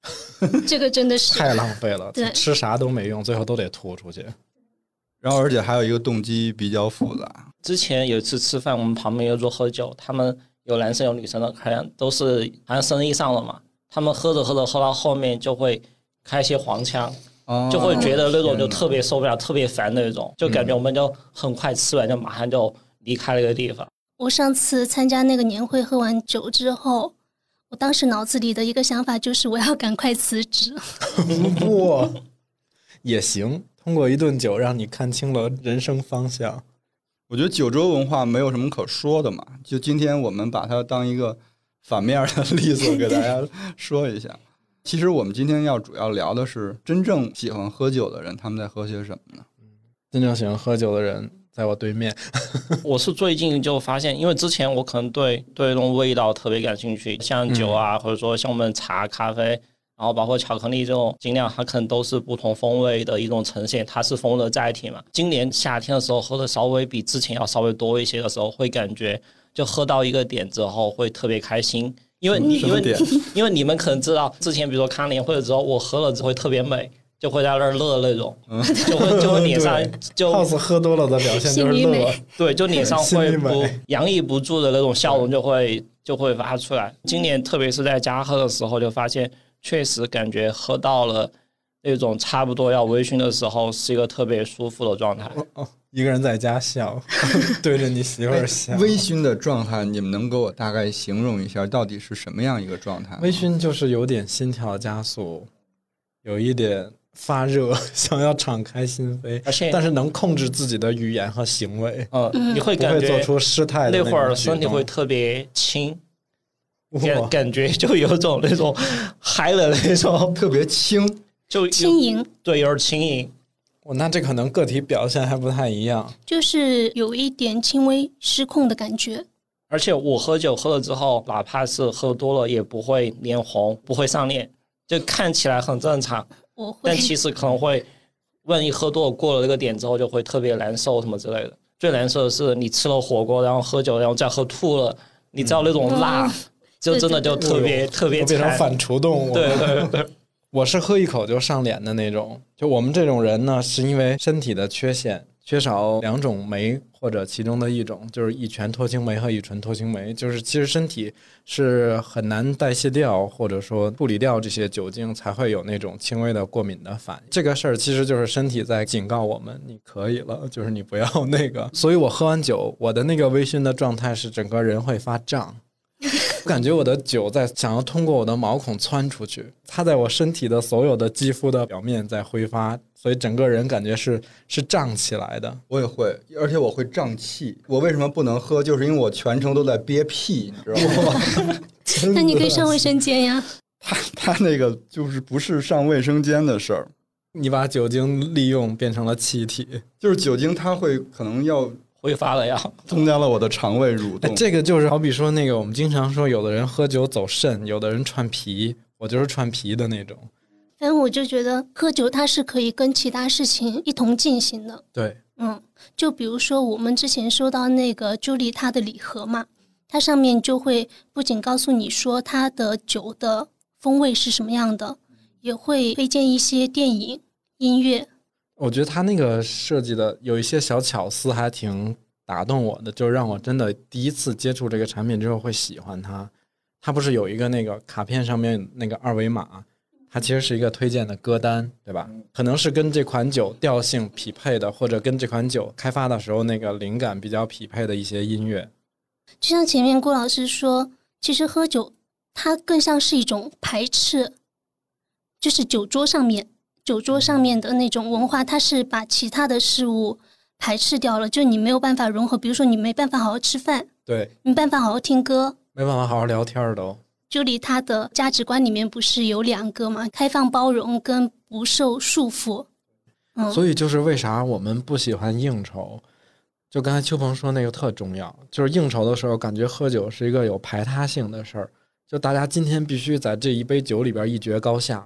这个真的是太浪费了， 对， 吃啥都没用，最后都得吐出去。 然后而且还有一个动机比较复杂。 之前有一次吃饭，我们旁边有桌喝酒，他们有男生有女生的，好像都是好像生意上了嘛，他们喝着喝着喝到后面就会开一些黄腔。就会觉得那种就特别受不了、特别烦那种，就感觉我们就很快吃完就马上就离开了一个地方。 我上次参加那个年会喝完酒之后，我当时脑子里的一个想法就是我要赶快辞职。 哇，也行，通过一顿酒让你看清了人生方向。 我觉得九州文化没有什么可说的嘛，就今天我们把它当一个反面的例子给大家说一下。其实我们今天主要聊的是真正喜欢喝酒的人，他们在喝些什么呢？ 真正喜欢喝酒的人在我对面。 我是最近就发现，因为之前我可能对那种味道特别感兴趣，像酒啊，或者说像我们茶、咖啡，然后包括巧克力这种精酿，它可能都是不同风味的一种呈现，它是风味的载体嘛。今年夏天的时候喝的稍微比之前要稍微多一些的时候，会感觉就喝到一个点之后会特别开心。因为你们可能知道，之前比如说康年会的时候，我喝了之后会特别美，就会在那儿乐那种，就会脸上就 House 喝多了的表现就是乐， 对，就脸上会洋溢不住的那种笑容就会发出来。今年特别是在家喝的时候，就发现确实感觉喝到了那种差不多要微醺的时候，是一个特别舒服的状态。 一个人在家笑，对着你媳妇儿笑。 微醺的状态，你们能给我大概形容一下，到底是什么样一个状态？ 微醺就是有点心跳加速，有一点发热，想要敞开心扉， 而且但是能控制自己的语言和行为。 你会感觉不会做出失态的那会儿身体会特别轻，感觉就有种那种嗨的那种， 特别轻， 就轻盈， 对，有点轻盈。 那这可能个体表现还不太一样， 就是有一点轻微失控的感觉。 而且我喝酒喝了之后，哪怕是喝多了，也不会脸红，不会上脸，就看起来很正常。 我会， 但其实可能会，万一喝多了过了那个点之后，就会特别难受什么之类的。最难受的是你吃了火锅，然后喝酒，然后再喝吐了，你知道那种辣，就真的就特别特别变成反刍动物。 对对对。 我是喝一口就上脸的那种，就我们这种人呢，是因为身体的缺陷，缺少2种酶或者其中的一种，就是乙醛脱氢酶和乙醇脱氢酶，就是其实身体是很难代谢掉或者说处理掉这些酒精，才会有那种轻微的过敏的反应。这个事儿其实就是身体在警告我们，你可以了，就是你不要那个。所以我喝完酒，我的那个微醺的状态是整个人会发胀。我感觉我的酒在想要通过我的毛孔窜出去，它在我身体的所有的肌肤的表面在挥发，所以整个人感觉是胀起来的。 我也会，而且我会胀气。我为什么不能喝？就是因为我全程都在憋屁，你知道吗？ 那你可以上卫生间呀。 他那个就是不是上卫生间的事儿， 你把酒精利用变成了气体， 就是酒精它会可能要挥发了呀， 增加了我的肠胃蠕动。 这个就是好比说那个我们经常说有的人喝酒走肾，有的人串皮，我就是串皮的那种。 反正我就觉得喝酒它是可以跟其他事情一同进行的。 对， 就比如说我们之前收到那个朱莉她的礼盒嘛，它上面就会不仅告诉你说它的酒的风味是什么样的，也会推荐一些电影、音乐。 我觉得他那个设计的有一些小巧思还挺打动我的，就让我真的第一次接触这个产品之后会喜欢它。它不是有一个那个卡片上面那个2维码，它其实是一个推荐的歌单，对吧？可能是跟这款酒调性匹配的，或者跟这款酒开发的时候那个灵感比较匹配的一些音乐。 就像前面郭老师说，其实喝酒它更像是一种排斥，就是酒桌上面的那种文化，它是把其他的事物排斥掉了，就你没有办法融合。比如说你没办法好好吃饭， 对， 没办法好好听歌， 没办法好好聊天都。 朱莉她的价值观里面不是有2个吗？开放包容跟不受束缚。 所以就是为啥我们不喜欢应酬，就刚才邱鹏说那个特重要，就是应酬的时候感觉喝酒是一个有排他性的事儿，就大家今天必须在这一杯酒里边一决高下，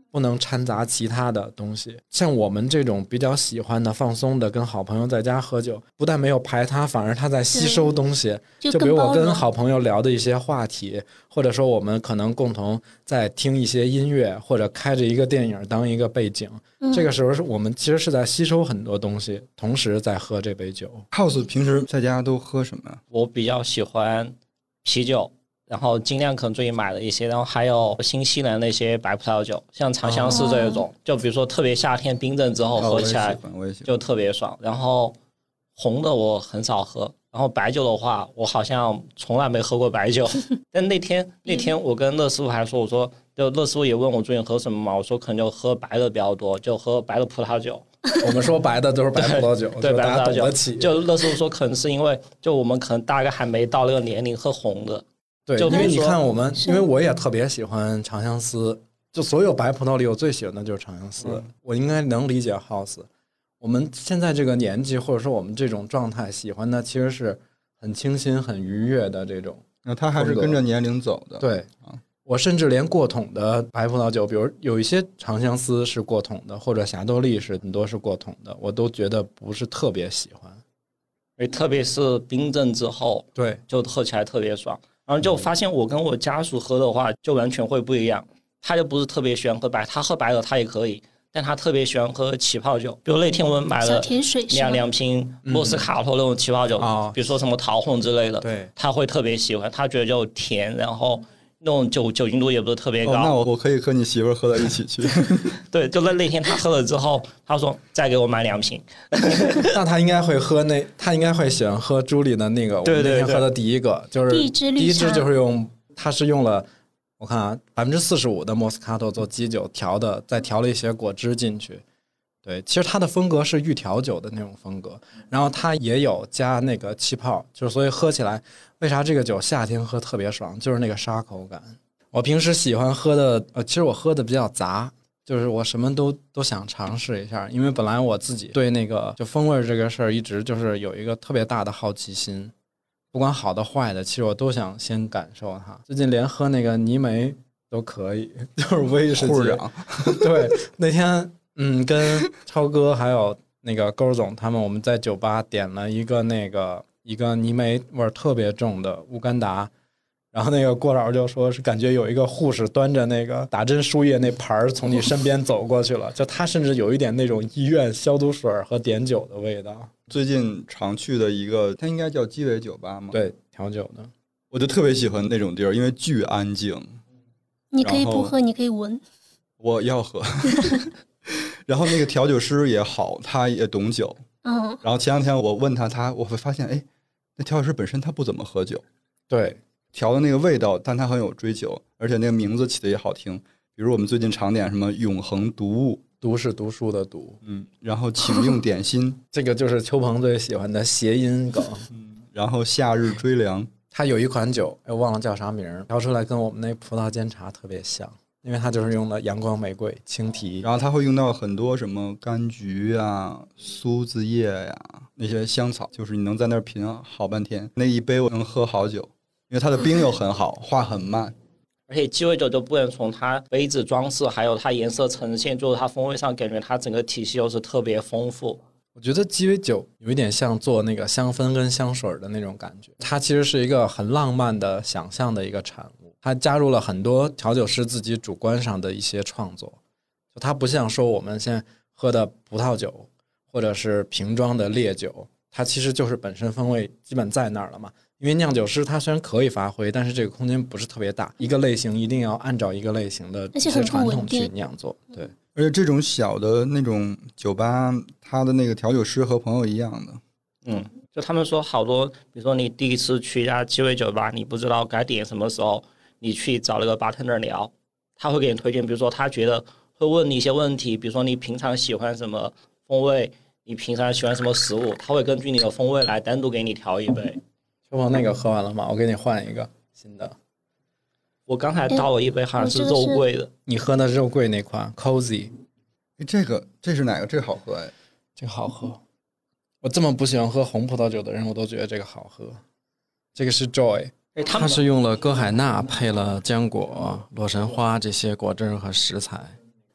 不能掺杂其他的东西。像我们这种比较喜欢的放松的跟好朋友在家喝酒，不但没有排他，反而他在吸收东西。就比如我跟好朋友聊的一些话题，或者说我们可能共同在听一些音乐，或者开着一个电影当一个背景，这个时候我们其实是在吸收很多东西，同时在喝这杯酒。 House 平时在家都喝什么？ 我比较喜欢啤酒，然后精酿可能最近买了一些，然后还有新西兰那些白葡萄酒，像长相思这一种，就比如说特别夏天冰镇之后喝起来就特别爽。然后红的我很少喝，然后白酒的话我好像从来没喝过白酒。但那天我跟乐师傅还说，我说就乐师傅也问我最近喝什么嘛，我说可能就喝白的比较多，就喝白的葡萄酒。 我们说白的都是白葡萄酒， 对，白葡萄酒。 就乐师傅说可能是因为就我们可能大概还没到那个年龄喝红的。 对，因为你看我们，因为我也特别喜欢长相思，就所有白葡萄里我最喜欢的就是长相思。我应该能理解 House， 我们现在这个年纪或者说我们这种状态喜欢的其实是很清新很愉悦的这种。 那他还是跟着年龄走的。 对，我甚至连过桶的白葡萄酒，比如有一些长相思是过桶的，或者霞多丽是很多是过桶的，我都觉得不是特别喜欢。 特别是冰镇之后， 对， 就喝起来特别爽。然后就发现我跟我家属喝的话就完全会不一样，他就不是特别喜欢喝白，他喝白的他也可以，但他特别喜欢喝起泡酒。比如那天我们买了两瓶莫斯卡托那种起泡酒，比如说什么桃红之类的， 对， 他会特别喜欢，他觉得就甜，然后那种酒精度也不是特别高。 那我可以和你媳妇喝到一起去。 对，就那天他喝了之后，他说再给我买2瓶。 那他应该会喝他应该会喜欢喝朱莉的那个， 对对对， 我那天喝的第一个就是第一支就是他是用了我看啊45%的莫斯卡托做基酒调的，再调了一些果汁进去。对，其实它的风格是预调酒的那种风格，然后它也有加那个气泡，就是所以喝起来为啥这个酒夏天喝特别爽，就是那个沙口感。我平时喜欢喝的其实我喝的比较杂，就是我什么都想尝试一下，因为本来我自己对那个就风味这个事儿一直就是有一个特别大的好奇心，不管好的坏的其实我都想先感受它。最近连喝那个泥煤都可以，就是威士忌。对，那天跟超哥还有那个勾总他们，我们在酒吧点了一个泥煤味儿特别重的乌干达，然后那个郭老师就说是感觉有一个护士端着那个打针输液那盘儿从你身边走过去了，就他甚至有一点那种医院消毒水和碘酒的味道。 最近常去的一个，它应该叫鸡尾酒吧吗？ 对，调酒的。 我就特别喜欢那种地儿，因为巨安静。 你可以不喝，你可以闻。 我要喝。然后那个调酒师也好，他也懂酒。然后前两天我问他我会发现，哎，那调酒师本身他不怎么喝酒。 对， 调的那个味道，但他很有追求，而且那个名字起的也好听。比如我们最近常点什么永恒读物， 读是读书的读， 然后请用点心， 这个就是邱鹏最喜欢的谐音梗。 然后夏日追凉， 他有一款酒，我忘了叫啥名，调出来跟我们那葡萄煎茶特别像。因为它就是用的阳光玫瑰、青提， 然后它会用到很多什么柑橘啊、苏子叶呀、那些香草，就是你能在那儿品好半天，那一杯我能喝好久，因为它的冰又很好，化很慢。 而且鸡尾酒就不能从它杯子装饰，还有它颜色呈现，就是它风味上感觉它整个体系又是特别丰富。 我觉得鸡尾酒有一点像做那个香氛跟香水的那种感觉，它其实是一个很浪漫的想象的一个产物，它加入了很多调酒师自己主观上的一些创作，就它不像说我们现在喝的葡萄酒或者是瓶装的烈酒，它其实就是本身风味基本在那儿了嘛。因为酿酒师他虽然可以发挥，但是这个空间不是特别大，一个类型一定要按照一个类型的一些传统去酿作。对， 而且这种小的那种酒吧，他的那个调酒师和朋友一样的。 就他们说好多，比如说你第一次去一家鸡尾酒吧，你不知道该点什么时候，你去找那个 bartender 聊，他会给你推荐，比如说他觉得会问你一些问题，比如说你平常喜欢什么风味，你平常喜欢什么食物，他会根据你的风味来单独给你调一杯。 秋鹏那个喝完了吗？我给你换一个新的。 我刚才倒了一杯，好像是肉桂的。 你喝的肉桂那款 Cozy， 这是哪个？这个好喝哎， 这个好喝。我这么不喜欢喝红葡萄酒的人，我都觉得这个好喝。这个是 Joy， 它是用了歌海娜配了浆果、洛神花这些果汁和食材，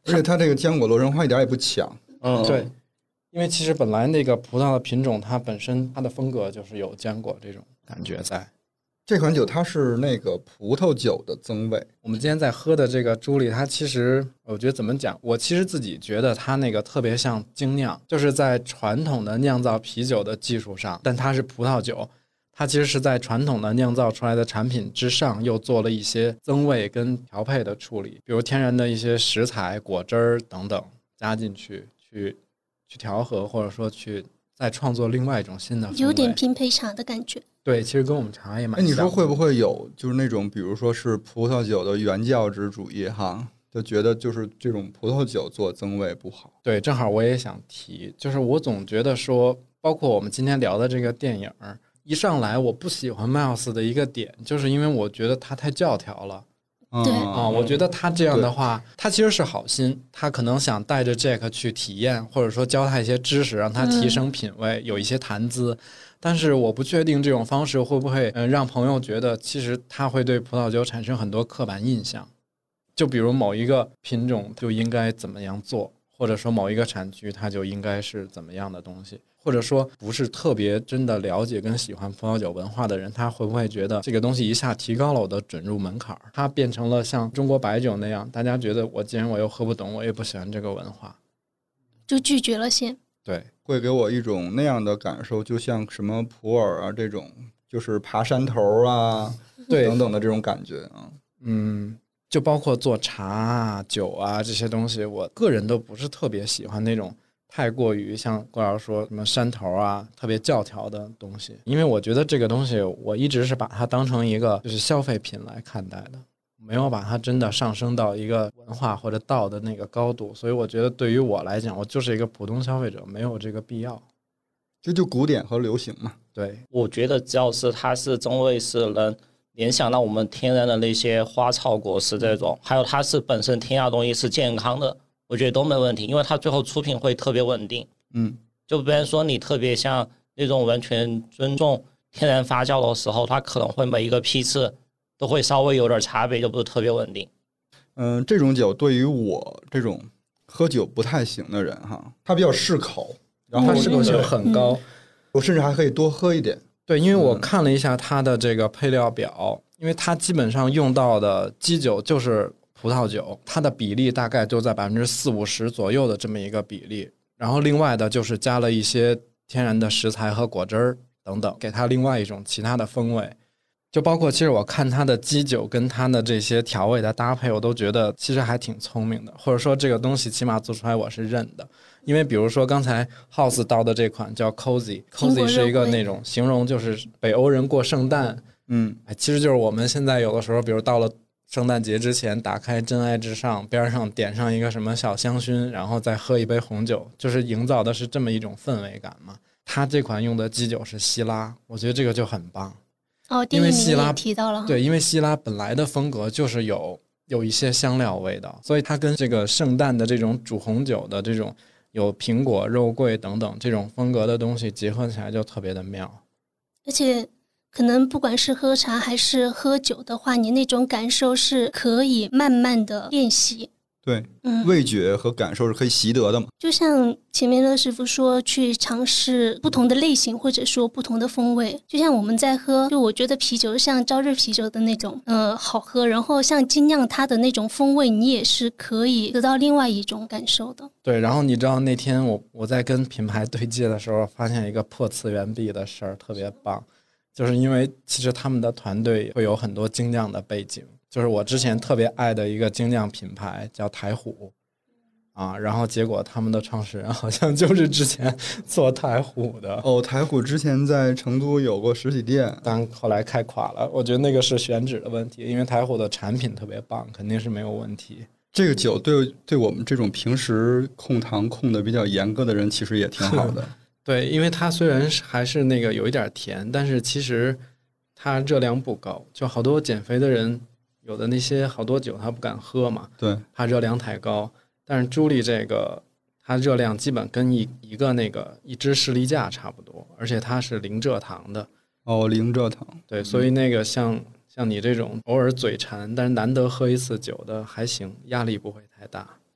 而且它这个浆果洛神花一点也不抢。 对，因为其实本来那个葡萄的品种它本身它的风格就是有浆果这种感觉在。 这款酒它是那个葡萄酒的增味。 我们今天在喝的这个朱莉，它其实我觉得怎么讲，我其实自己觉得它那个特别像精酿，就是在传统的酿造啤酒的技术上，但它是葡萄酒，它其实是在传统的酿造出来的产品之上又做了一些增味跟调配的处理，比如天然的一些食材果汁儿等等加进去去调和，或者说去再创作另外一种新的风味， 有点拼配茶的感觉。 对，其实跟我们茶也蛮像的。 你说会不会有就是那种比如说是葡萄酒的原教旨主义哈，就觉得就是这种葡萄酒做增味不好？ 对，正好我也想提，就是我总觉得说，包括我们今天聊的这个电影，一上来我不喜欢 Miles 的一个点，就是因为我觉得他太教条了。 对我觉得他这样的话，他其实是好心，他可能想带着 Jack 去体验，或者说教他一些知识，让他提升品味，有一些谈资。但是我不确定这种方式会不会让朋友觉得，其实他会对葡萄酒产生很多刻板印象。就比如某一个品种就应该怎么样做，或者说某一个产区它就应该是怎么样的东西。或者说不是特别真的了解跟喜欢葡萄酒文化的人，他会不会觉得这个东西一下提高了我的准入门槛，它变成了像中国白酒那样，大家觉得既然我又喝不懂，我也不喜欢这个文化， 就拒绝了先。 对， 会给我一种那样的感受，就像什么普洱啊这种，就是爬山头啊对等等的这种感觉啊。 就包括做茶啊酒啊这些东西，我个人都不是特别喜欢那种太过于像郭老师说什么山头啊特别教条的东西，因为我觉得这个东西我一直是把它当成一个就是消费品来看待的，没有把它真的上升到一个文化或者道的那个高度，所以我觉得对于我来讲，我就是一个普通消费者，没有这个必要。 这就古典和流行嘛。 对， 我觉得只要是它是增味是能联想到我们天然的那些花草果实这种，还有它是本身添加东西是健康的，我觉得都没问题，因为它最后出品会特别稳定。就比如说你特别像那种完全尊重天然发酵的时候，它可能会每一个批次都会稍微有点差别，就不是特别稳定。 这种酒对于我这种喝酒不太行的人哈，它比较适口，然后它适口性很高， 我甚至还可以多喝一点。 对，因为我看了一下它的这个配料表，因为它基本上用到的基酒就是葡萄酒，它的比例大概就在40-50%左右的这么一个比例，然后另外的就是加了一些天然的食材和果汁儿等等，给它另外一种其他的风味。就包括其实我看它的基酒跟它的这些调味的搭配，我都觉得其实还挺聪明的，或者说这个东西起码做出来我是认的。因为比如说刚才 House 倒的这款叫 Cozy 是一个那种形容就是北欧人过圣诞，其实就是我们现在有的时候比如到了圣诞节之前打开真爱至上，边上点上一个什么小香薰，然后再喝一杯红酒，就是营造的是这么一种氛围感嘛。它这款用的基酒是希拉，我觉得这个就很棒。 电影里面也提到了。 对，因为希拉本来的风格就是有一些香料味道，所以它跟这个圣诞的这种煮红酒的这种有苹果、肉桂等等这种风格的东西结合起来就特别的妙。 而且可能不管是喝茶还是喝酒的话，你那种感受是可以慢慢的练习。 对，味觉和感受是可以习得的嘛。 就像前面的师傅说，去尝试不同的类型或者说不同的风味。就像我们在喝，就我觉得啤酒像朝日啤酒的那种好喝，然后像精酿它的那种风味，你也是可以得到另外一种感受的。 对，然后你知道那天我在跟品牌对接的时候，发现一个破次元壁的事儿，特别棒。就是因为其实他们的团队会有很多精酿的背景，就是我之前特别爱的一个精酿品牌叫台虎啊，然后结果他们的创始人好像就是之前做台虎的。 台虎之前在成都有过实体店， 但后来开垮了。我觉得那个是选址的问题，因为台虎的产品特别棒，肯定是没有问题。 这个酒对我们这种平时控糖控的比较严格的人其实也挺好的。 对，因为它虽然还是那个有一点甜，但是其实它热量不高，就好多减肥的人有的那些好多酒他不敢喝嘛， 对， 怕热量太高。但是朱莉这个它热量基本跟一个那个一支士力架差不多，而且它是零蔗糖的。 零蔗糖。 对，所以那个像你这种偶尔嘴馋但是难得喝一次酒的还行，压力不会太大。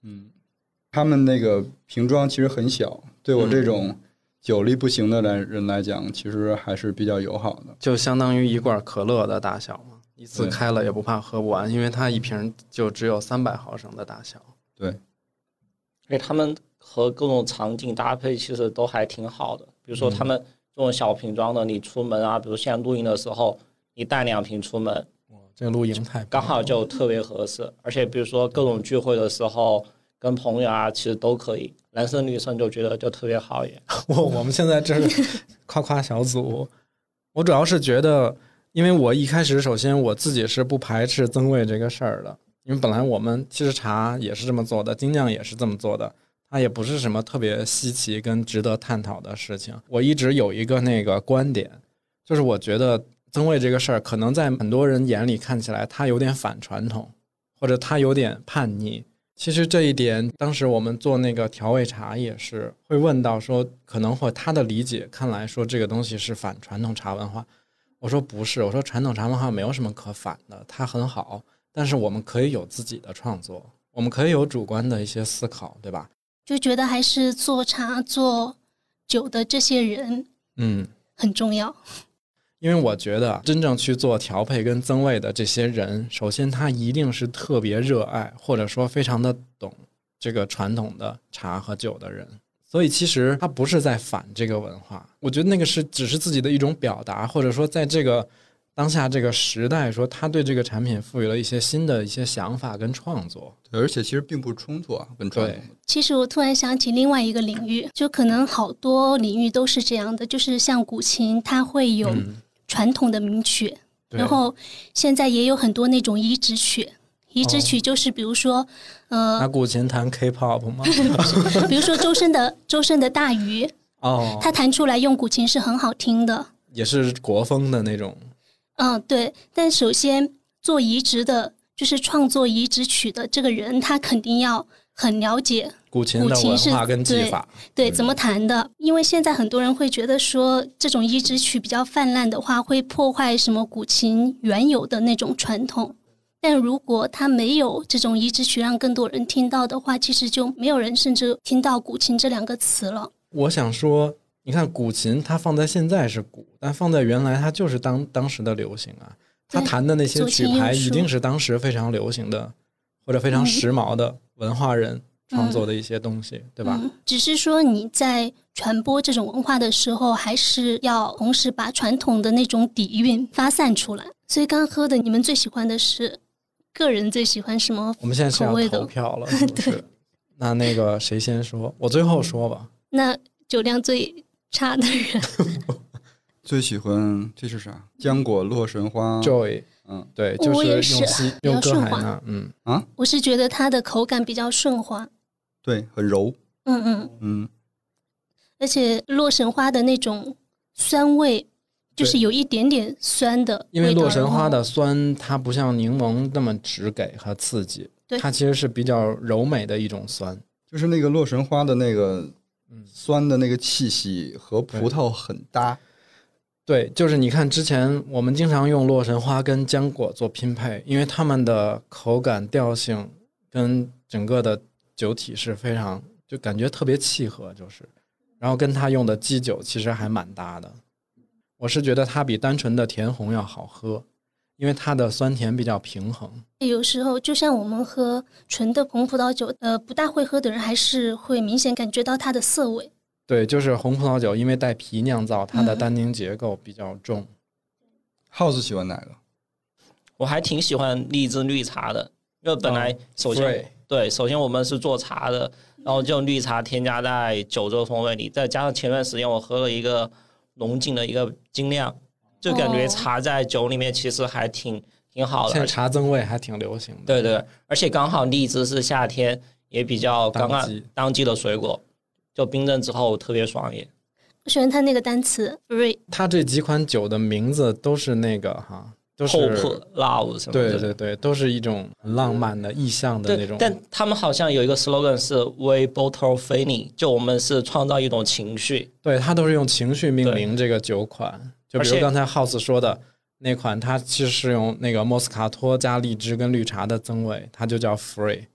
他们那个瓶装其实很小，对我这种酒力不行的人来讲，其实还是比较友好的， 就相当于一罐可乐的大小嘛，一次开了也不怕喝不完，因为它一瓶就只有300毫升的大小。 对， 而且他们和各种场景搭配其实都还挺好的，比如说他们这种小瓶装的，你出门啊，比如现在露营的时候，你带2瓶出门， 这露营太刚好就特别合适。而且比如说各种聚会的时候，跟朋友啊，其实都可以，男生女生就觉得就特别好耶。 我们现在这是夸夸小组，我主要是觉得，因为我一开始首先我自己是不排斥增味这个事儿的，因为本来我们其实茶也是这么做的，精酿也是这么做的，它也不是什么特别稀奇跟值得探讨的事情。我一直有一个那个观点，就是我觉得增味这个事儿，可能在很多人眼里看起来它有点反传统，或者它有点叛逆。其实这一点，当时我们做那个调味茶也是会问到说，可能或他的理解看来说这个东西是反传统茶文化。我说不是，我说传统茶文化没有什么可反的，它很好，但是我们可以有自己的创作，我们可以有主观的一些思考，对吧？ 就觉得还是做茶做酒的这些人很重要。 因为我觉得真正去做调配跟增味的这些人，首先他一定是特别热爱或者说非常的懂这个传统的茶和酒的人，所以其实他不是在反这个文化，我觉得那个是只是自己的一种表达，或者说在这个当下这个时代，说他对这个产品赋予了一些新的一些想法跟创作。 对，而且其实并不冲突啊，跟传统。 其实我突然想起另外一个领域，就可能好多领域都是这样的，就是像古琴，它会有传统的名曲，然后现在也有很多那种移植曲。移植曲就是比如说拿古琴弹 K-pop 吗？ 比如说周深的大鱼，他弹出来用古琴是很好听的， 也是国风的那种。 对。但首先做移植的，就是创作移植曲的这个人，他肯定要很了解古琴的文化跟技法， 对怎么弹的。因为现在很多人会觉得说，这种移植曲比较泛滥的话，会破坏什么古琴原有的那种传统。但如果他没有这种移植曲让更多人听到的话，其实就没有人甚至听到古琴这2个词了。 我想说，你看古琴它放在现在是古，但放在原来它就是当时的流行啊。他弹的那些曲牌一定是当时非常流行的或者非常时髦的文化人创作的一些东西，对吧？ 只是说你在传播这种文化的时候，还是要同时把传统的那种底蕴发散出来。所以刚喝的，你们最喜欢的是个人最喜欢什么口味的？ 我们现在是要投票了，是不是？那个谁先说？我最后说吧。 那酒量最差的人最喜欢这是啥？浆果洛神花 Joy， 对，就是用歌海娜，我是觉得它的口感比较顺滑， 对，很柔， 而且洛神花的那种酸味，就是有一点点酸的味道， 因为洛神花的酸它不像柠檬那么直给和刺激，它其实是比较柔美的一种酸， 就是那个洛神花的那个酸的那个气息和葡萄很搭。 对，就是你看之前我们经常用洛神花跟浆果做拼配，因为它们的口感调性跟整个的酒体是非常就感觉特别契合，就是然后跟它用的基酒其实还蛮搭的。我是觉得它比单纯的甜红要好喝，因为它的酸甜比较平衡。 有时候就像我们喝纯的红葡萄酒，不大会喝的人还是会明显感觉到它的涩味。 对，就是红葡萄酒因为带皮酿造，它的单宁结构比较重。 House 喜欢哪个？ 我还挺喜欢荔枝绿茶的，因为本来首先我们是做茶的，然后就绿茶添加在酒州风味里，再加上前段时间我喝了一个龙井的一个精酿，就感觉茶在酒里面其实还挺好的。 现在茶增味还挺流行的。 对，而且刚好荔枝是夏天也比较刚刚当季的水果，就冰镇之后特别爽也。 我喜欢它那个单词 free， 它这几款酒的名字都是那个都是 hope love 什么的， 对，都是一种很浪漫的意象的那种。 但他们好像有一个 slogan 是 We bottle feeling， 就我们是创造一种情绪。 对，它都是用情绪命名这个酒款。就比如刚才 House 说的那款，它其实是用那个莫斯卡托加荔枝跟绿茶的增味，它就叫 free。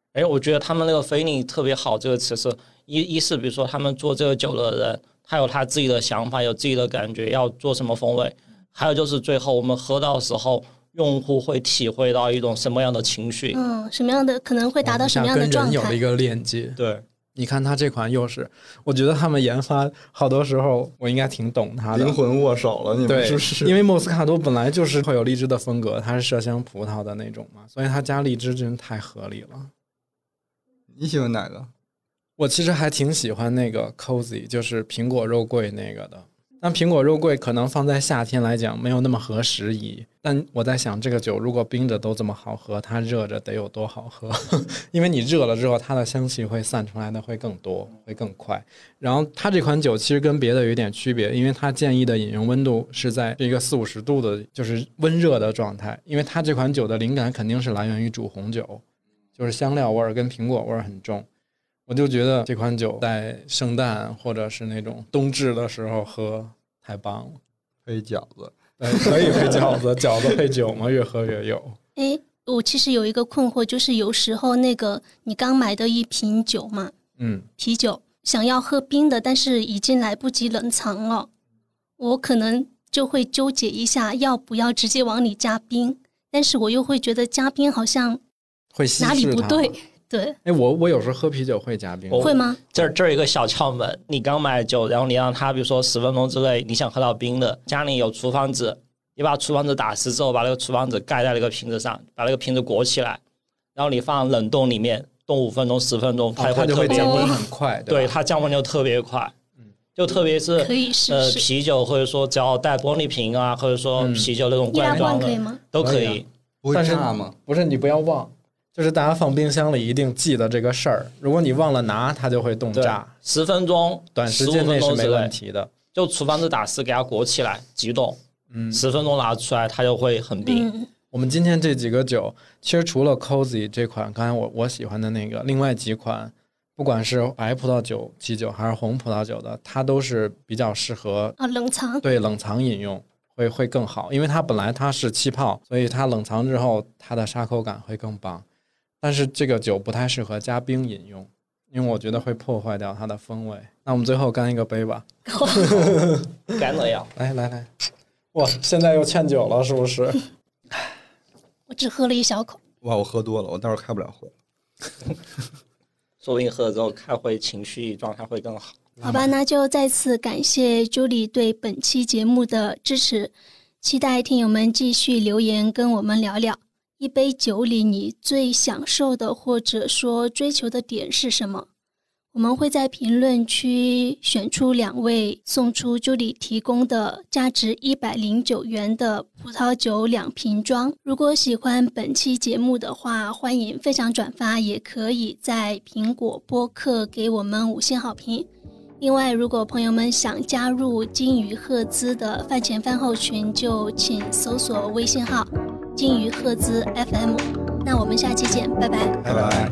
我觉得他们那个菲尼特别好，这个词是一是比如说他们做这个酒的人，他有他自己的想法，有自己的感觉，要做什么风味，还有就是最后我们喝到的时候，用户会体会到一种什么样的情绪， 什么样的可能会达到什么样的状态， 跟人有了一个链接。 对， 你看他这款又是，我觉得他们研发好多时候我应该挺懂他的， 灵魂握手了，你们是不是？ 因为莫斯卡托本来就是会有荔枝的风格，它是麝香葡萄的那种嘛，所以它加荔枝真的太合理了。 你喜欢哪个？ 我其实还挺喜欢那个 Cozy， 就是苹果肉桂那个的。但苹果肉桂可能放在夏天来讲没有那么合时宜，但我在想这个酒如果冰着都这么好喝，它热着得有多好喝因为你热了之后它的香气会散出来的会更多，会更快。然后它这款酒其实跟别的有点区别，因为它建议的饮用温度是在一个40-50度的就是温热的状态，因为它这款酒的灵感肯定是来源于煮红酒，就是香料味儿跟苹果味儿很重。我就觉得这款酒在圣诞或者是那种冬至的时候喝太棒了。 配饺子， 对，可以配饺子，饺子配酒嘛，越喝越有。 我其实有一个困惑，就是有时候那个你刚买的一瓶酒嘛，啤酒想要喝冰的，但是已经来不及冷藏了，我可能就会纠结一下要不要直接往里加冰，但是我又会觉得加冰好像会稀释它， 哪里不对。对， 我有时候喝啤酒会加冰， 会吗？ 这儿有一个小窍门，你刚买酒，然后你让它比如说10分钟之内你想喝到冰的，家里有厨房纸，你把厨房纸打湿之后，把那个厨房纸盖在那个瓶子上，把那个瓶子裹起来，然后你放冷冻里面冻5分钟10分钟，它就会降温很快， 对，它降温就特别快。就特别是可以试试啤酒，或者说只要带玻璃瓶啊，或者说啤酒那种罐装的， 可以吗？ 都可以。 不会炸吗？ 不是，你不要忘，就是大家放冰箱里一定记得这个事儿，如果你忘了拿，它就会冻炸。 10分钟， 短时间内是没问题的。 就厨房纸打湿，给它裹起来，急冻，10分钟拿出来，它就会很冰。 我们今天这几个酒，其实除了 Cozy 这款，刚才我喜欢的那个，另外几款，不管是白葡萄酒基酒还是红葡萄酒的，它都是比较适合冷藏， 对，冷藏饮用会更好，因为它本来它是气泡，所以它冷藏之后它的沙口感会更棒。但是这个酒不太适合加冰饮用，因为我觉得会破坏掉它的风味。那我们最后干一个杯吧。 干了呀！ 来，哇，现在又欠酒了是不是？ 我只喝了一小口。 哇，我喝多了，我待会儿开不了会。 说不定喝了之后开会情绪状态会更好。 好吧，那就再次感谢 Julie 对本期节目的支持，期待听友们继续留言跟我们聊聊，一杯酒里你最享受的或者说追求的点是什么？我们会在评论区选出2位，送出 Julie 提供的价值109元的葡萄酒2瓶装。如果喜欢本期节目的话，欢迎分享转发，也可以在苹果播客给我们5星好评。另外，如果朋友们想加入金鱼赫兹的饭前饭后群，就请搜索微信号金鱼赫兹 FM。 那我们下期见，拜拜， 拜拜。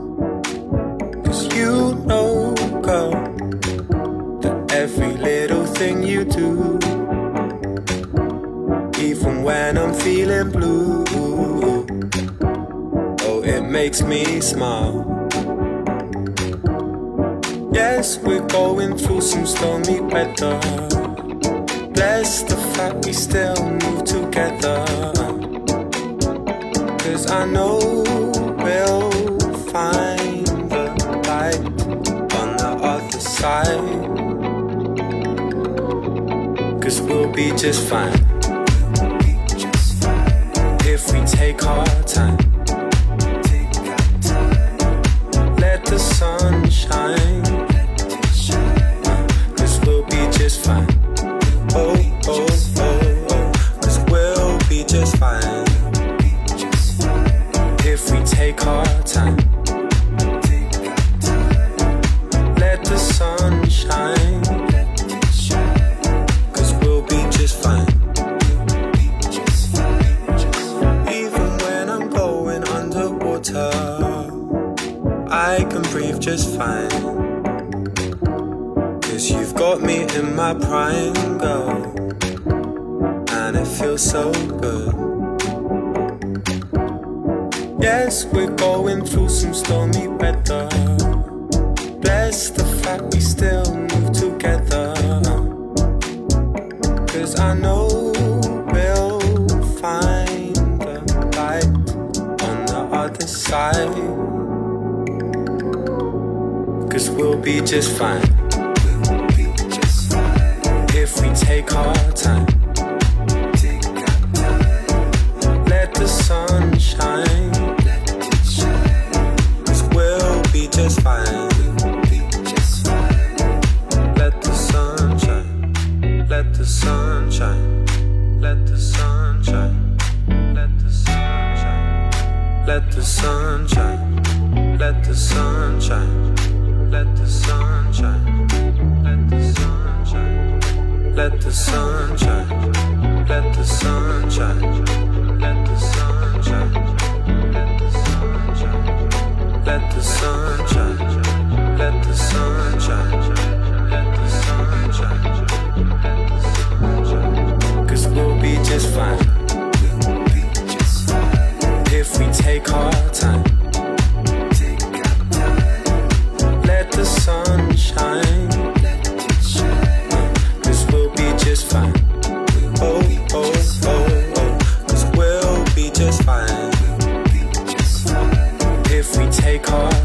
'Cause you know, girl, that every little thing you do, even when I'm feeling blue, oh, it makes me smile. Yes, we're going through some stormy weather. Bless the fact we still move together. 'Cause I know we'll find the light on the other side. 'Cause we'll be just fine if we take our time. Let the sun shine. 'Cause we'll be just fine. Oh, oh, oh, oh. 'Cause we'll be just fine if we take our time. Let the sun shine. 'Cause we'll be just fine. Even when I'm going underwater, I can breathe just fine. 'Cause you've got me in my prime, girl, and it feels so good. Yes, we're going through some stormy weather. Bless the fact we still move together. 'Cause I know we'll find the light on the other side. 'Cause we'll be just fine. If we take our time. Let the sun shine. 'Cause we'll be just fine. Let the sun shine. Let the sun shine. Let the sun shine. Let the sun shine. Let the sun shine. Let the sun shine. Let the sun shine. Let the sun shine. Let the sun shine. Let the sun shine. Let the sun shine. Let the sun shine. Let the sun shine. Let the sun shine. 'Cause we'll be just fine. If we take our time. Let the sun shine. 'Cause we'll be just fine. Oh, oh, oh, oh. 'Cause we'll be just fine. If we take our